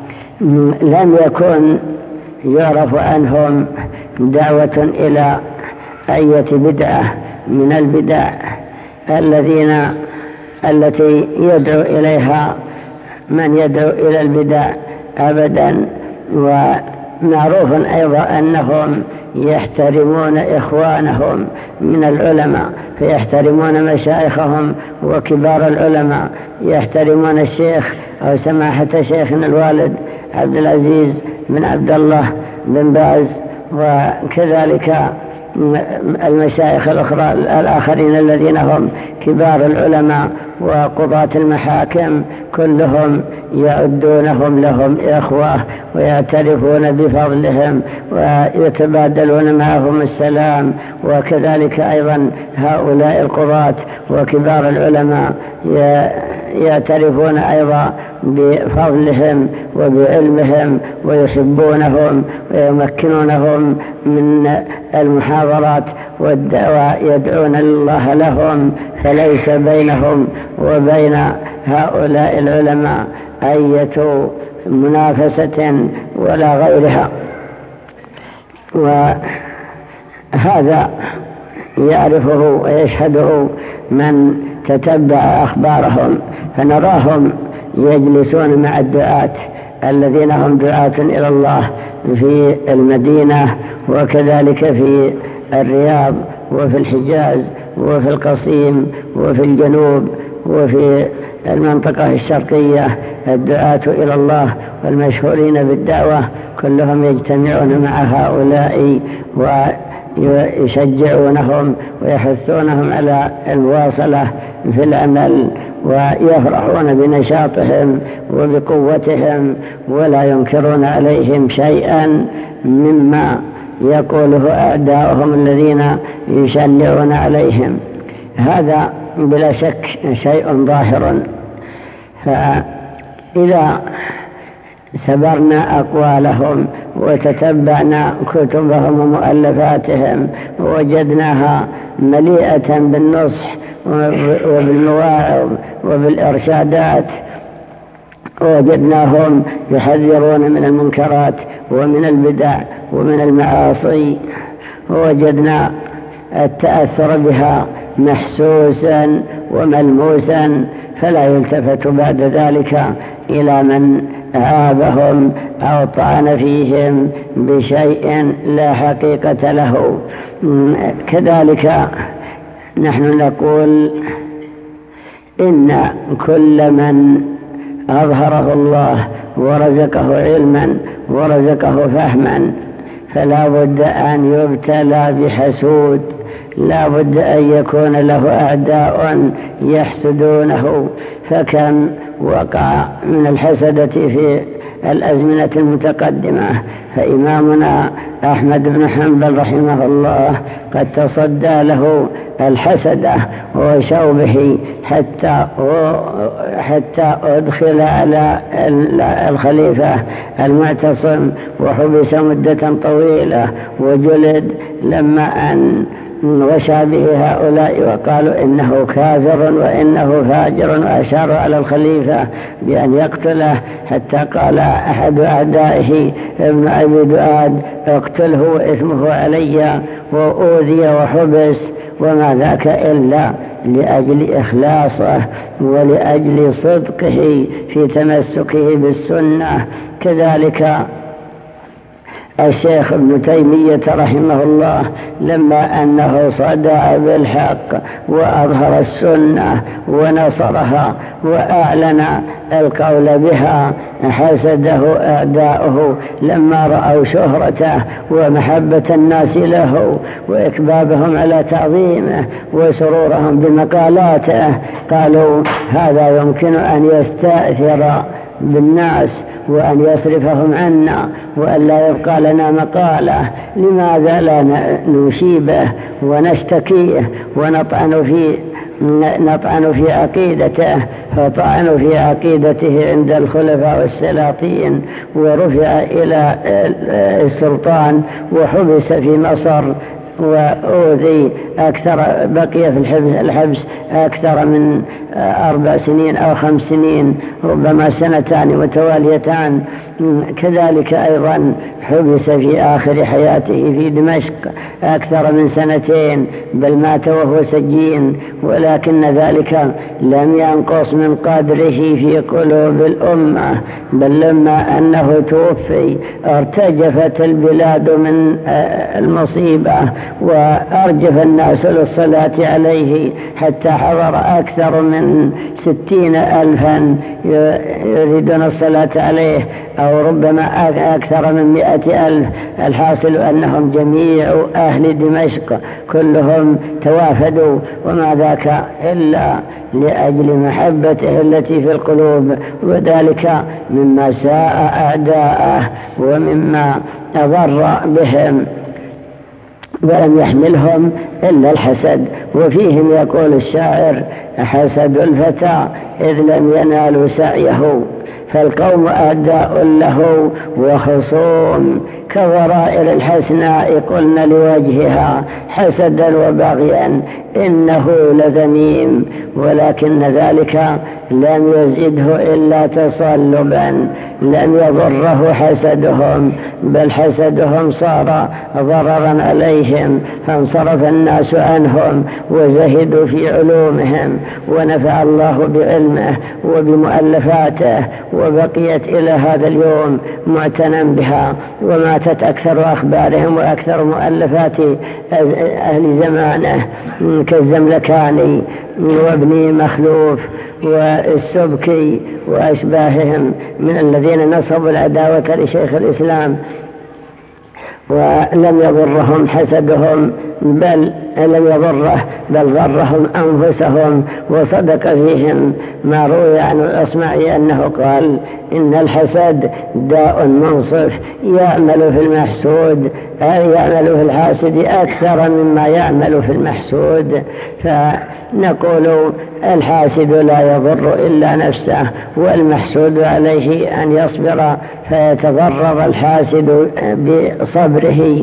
لم يكن يعرف عنهم دعوة إلى أي بدعة من البدع الذين التي يدعو إليها من يدعو إلى البدع أبدا. ومعروف أيضا أنهم يحترمون إخوانهم من العلماء، فيحترمون مشايخهم وكبار العلماء، يحترمون الشيخ أو سماحة شيخنا الوالد عبد العزيز بن عبد الله بن باز، وكذلك المشايخ الأخرى الآخرين الذين هم كبار العلماء وقضاة المحاكم، كلهم يعدونهم لهم إخوة ويعترفون بفضلهم ويتبادلون معهم السلام. وكذلك أيضا هؤلاء القضاة وكبار العلماء يعترفون أيضا بفضلهم وبعلمهم ويحبونهم ويمكنونهم من المحاضرات والدعوة، يدعون الله لهم، فليس بينهم وبين هؤلاء العلماء أية منافسة ولا غيرها. وهذا يعرفه ويشهده من تتبع أخبارهم، فنراهم يجلسون مع الدعاة الذين هم دعاة إلى الله في المدينة وكذلك في الرياض وفي الحجاز وفي القصيم وفي الجنوب وفي المنطقة الشرقية الدعاة إلى الله والمشهورين بالدعوة كلهم يجتمعون مع هؤلاء ويشجعونهم ويحثونهم على المواصلة في العمل ويفرحون بنشاطهم وبقوتهم ولا ينكرون عليهم شيئا مما يقوله أعداؤهم الذين يشنعون عليهم. هذا بلا شك شيء ظاهر. فإذا سبرنا أقوالهم وتتبعنا كتبهم ومؤلفاتهم وجدناها مليئة بالنصح وبالمواعظ وبالإرشادات، وجدناهم يحذرون من المنكرات ومن البدع ومن المعاصي، ووجدنا التأثر بها محسوسا وملموسا، فلا يلتفت بعد ذلك إلى من عابهم أو طعن فيهم بشيء لا حقيقة له. كذلك نحن نقول إن كل من أظهره الله ورزقه علما ورزقه فهما فلا بد أن يبتلى بحسود، لا بد أن يكون له أعداء يحسدونه. فكم وقع من الحسدة في الأزمنة المتقدمة، فإمامنا أحمد بن حنبل رحمه الله قد تصدى له الحسدة وشوبه حتى حتى أدخل على الخليفة المعتصم وحبس مدة طويلة وجلد لما أن وشى به هؤلاء وقالوا إنه كافر وإنه فاجر، وأشاروا على الخليفة بأن يقتله، حتى قال أحد أعدائه ابن أبي دؤاد اقتله وإثمه علي، وأوذي وحبس، وما ذاك إلا لأجل إخلاصه ولأجل صدقه في تمسكه بالسنة. كذلك الشيخ ابن تيمية رحمه الله لما أنه صدع بالحق وأظهر السنة ونصرها وأعلن القول بها حسده أعداؤه لما رأوا شهرته ومحبة الناس له وإكبابهم على تعظيمه وسرورهم بمقالاته، قالوا هذا يمكن أن يستأثر بالناس وأن يصرفهم عنا وأن لا يبقى لنا مقالة، لماذا لا نشيبه ونشتكيه ونطعن في نطعن في عقيدته؟ فطعنوا في عقيدته عند الخلفاء والسلاطين ورفع إلى السلطان وحبس في مصر وأوذي أكثر، بقي في الحبس أكثر من أربع سنين أو خمس سنين، ربما سنتان متواليتان. كذلك أيضا حبس في آخر حياته في دمشق أكثر من سنتين، بل مات وهو سجين، ولكن ذلك لم ينقص من قدره في قلوب الأمة، بل لما أنه توفي ارتجفت البلاد من المصيبة وأرجف الناس للصلاة عليه، حتى حضر أكثر من ستين ألفا يريدون الصلاة عليه، أو ربما أكثر من مئة ألف. الحاصل أنهم جميع أهل دمشق كلهم توافدوا، وما ذاك إلا لأجل محبته التي في القلوب، وذلك مما ساء أعداءه ومما أضر بهم، ولم يحملهم إلا الحسد. وفيهم يقول الشاعر حسد الفتى إذ لم ينالوا سعيه، فالقوم أعداء له وخصوم، كضرائر الحسناء قلنا لوجهها حسدا وبغيا إنه لذميم، ولكن ذلك لم يزده إلا تصلبا، لم يضره حسدهم، بل حسدهم صار ضررا عليهم، فانصرف الناس عنهم وزهدوا في علومهم، ونفع الله بعلمه وبمؤلفاته، وبقيت إلى هذا اليوم معتنى بها، وماتت أكثر أخبارهم وأكثر مؤلفات أهل زمانه كالزملكاني وابن مخلوف والسبكي وأشباههم من الذين نصبوا العداوة لشيخ الإسلام، ولم يضرهم حسدهم، بل لم يضره بل ضرهم أنفسهم. وصدق فيهم ما روي عن الأصمعي أنه قال: إن الحسد داء منصف يعمل في المحسود أي يعمل في الحاسد أكثر مما يعمل في المحسود. فنقول الحاسد لا يضر إلا نفسه، والمحسود عليه أن يصبر فيتضرر الحاسد بصبره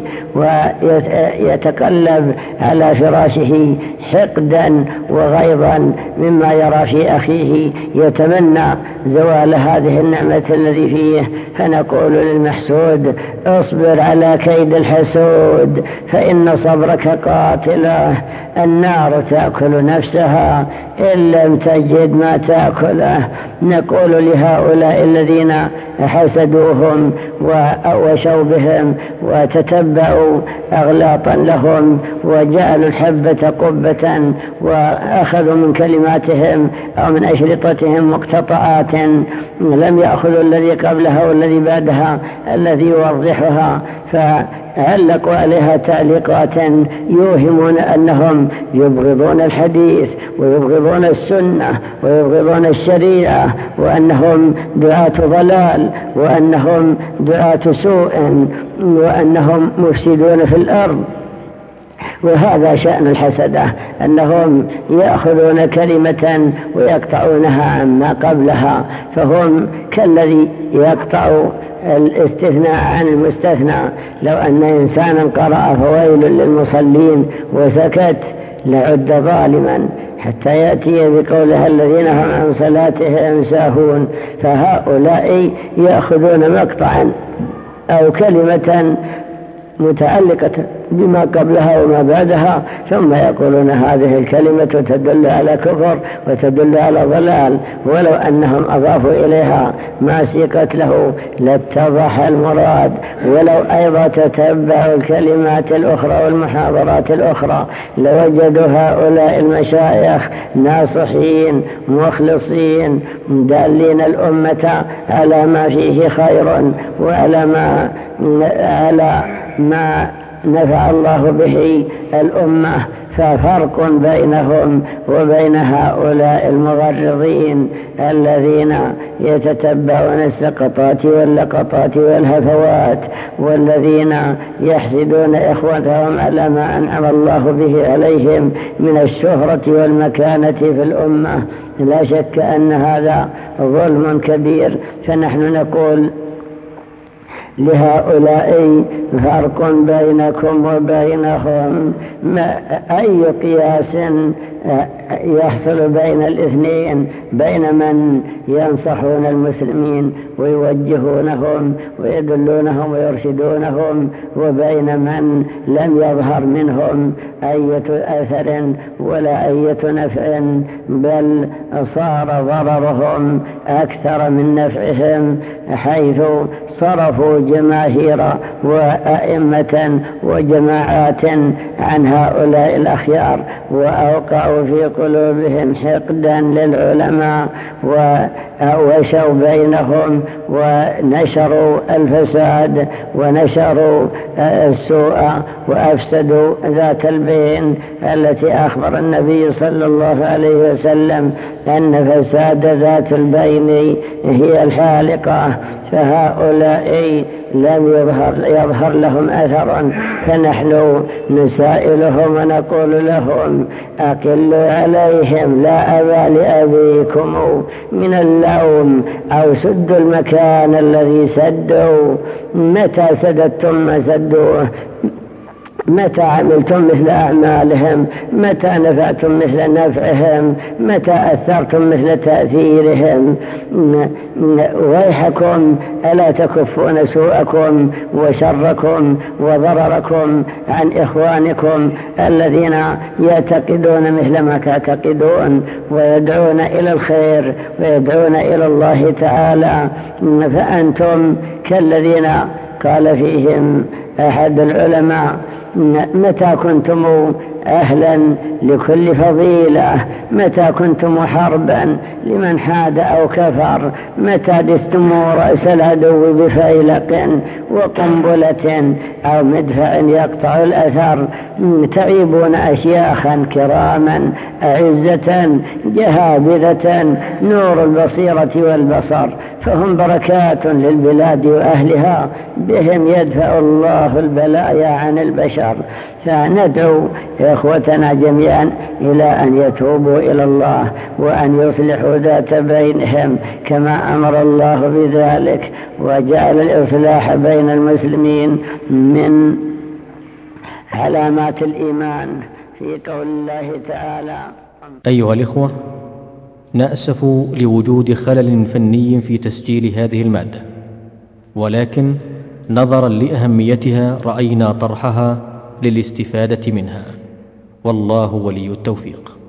ويتقلب على فراشه حقدا وغيظا مما يرى في أخيه، يتمنى زوال هذه النعمة الذي فيه. فنقول للمحسود: اصبر على كيد الحسود فإن صبرك قاتله، النار تأكل نفسها إن لم تجد ما تأكله. نقول لهؤلاء الذين حسدوهم وأوشوا بهم وتتبعوا أغلاطا لهم وجعلوا الحبة قبة وأخذوا من كلماتهم أو من أشرطتهم مقتطعات، لم يأخذوا الذي قبلها والذي بعدها الذي يوضحها، فعلقوا عليها تعليقات يوهمون أنهم يبغضون الحديث ويبغضون السنة ويبغضون الشريعة، وأنهم دعاة ضلال وأنهم دعاة سوء وأنهم مفسدون في الأرض. وهذا شأن الحسدة، أنهم يأخذون كلمة ويقطعونها عما قبلها، فهم كالذي يقطع الاستثناء عن المستثنى. لو أن إنسانا قرأ فويل للمصلين وسكت لعد ظالما، حتى يأتي بقولها الذين هم عن صلاتهم ساهون. فهؤلاء يأخذون مقطعا أو كلمة متعلقة بما قبلها وما بعدها، ثم يقولون هذه الكلمة تدل على كفر وتدل على ضلال، ولو أنهم أضافوا إليها ما سيقت له لاتضح المراد. ولو أيضا تتبعوا الكلمات الأخرى والمحاضرات الأخرى لوجدوا هؤلاء المشايخ ناصحين مخلصين دالين الأمة على ما فيه خير وعلى ما على ما نفع الله به الأمة. ففرق بينهم وبين هؤلاء المغرضين الذين يتتبعون السقطات واللقطات والهفوات، والذين يحسدون إخوتهم على ما أنعم الله به عليهم من الشهرة والمكانة في الأمة. لا شك أن هذا ظلم كبير. فنحن نقول لهؤلاء: فرق بينكم وبينهم. ما أي قياس يحصل بين الاثنين، بين من ينصحون المسلمين ويوجهونهم ويدلونهم ويرشدونهم، وبين من لم يظهر منهم أي أثر ولا أي نفع، بل صار ضررهم أكثر من نفعهم، حيث صرفوا جماهير وأئمة وجماعات عن هؤلاء الأخيار، وأوقعوا في قلوبهم حقدا للعلماء وأوشوا بينهم ونشروا الفساد ونشروا السوء وأفسدوا ذات البين التي أخبر النبي صلى الله عليه وسلم أن فساد ذات البين هي الحالقة. فهؤلاء لم يظهر, يظهر لهم أثر، فنحن نسائلهم ونقول لهم: أقلوا عليهم لا أبا لأبيكم من اللوم، أو سدوا المكان الذي سدوا. متى سددتم ما سدوه؟ متى عملتم مثل أعمالهم؟ متى نفعتم مثل نفعهم؟ متى أثرتم مثل تأثيرهم؟ ويحكم ألا تكفون سوءكم وشركم وضرركم عن إخوانكم الذين يعتقدون مثل ما تعتقدون ويدعون إلى الخير ويدعون إلى الله تعالى، فأنتم كالذين قال فيهم أحد العلماء: متى كنتم أهلا لكل فضيلة؟ متى كنتم حربا لمن حاد أو كفر؟ متى دستم رأس العدو بفيلق وقنبلة أو مدفع يقطع الأثر؟ تعيبون أشياخا كراما أعزة جهابذة نور البصيرة والبصر، فهم بركات للبلاد وأهلها، بهم يدفع الله البلايا عن البشر. فندعو إخوتنا جميعا إلى أن يتوبوا إلى الله وأن يصلحوا ذات بينهم كما أمر الله بذلك، وجعل الإصلاح بين المسلمين من علامات الإيمان في قول الله تعالى: أيها الإخوة، نأسف لوجود خلل فني في تسجيل هذه المادة، ولكن نظرا لأهميتها رأينا طرحها للاستفادة منها، والله ولي التوفيق.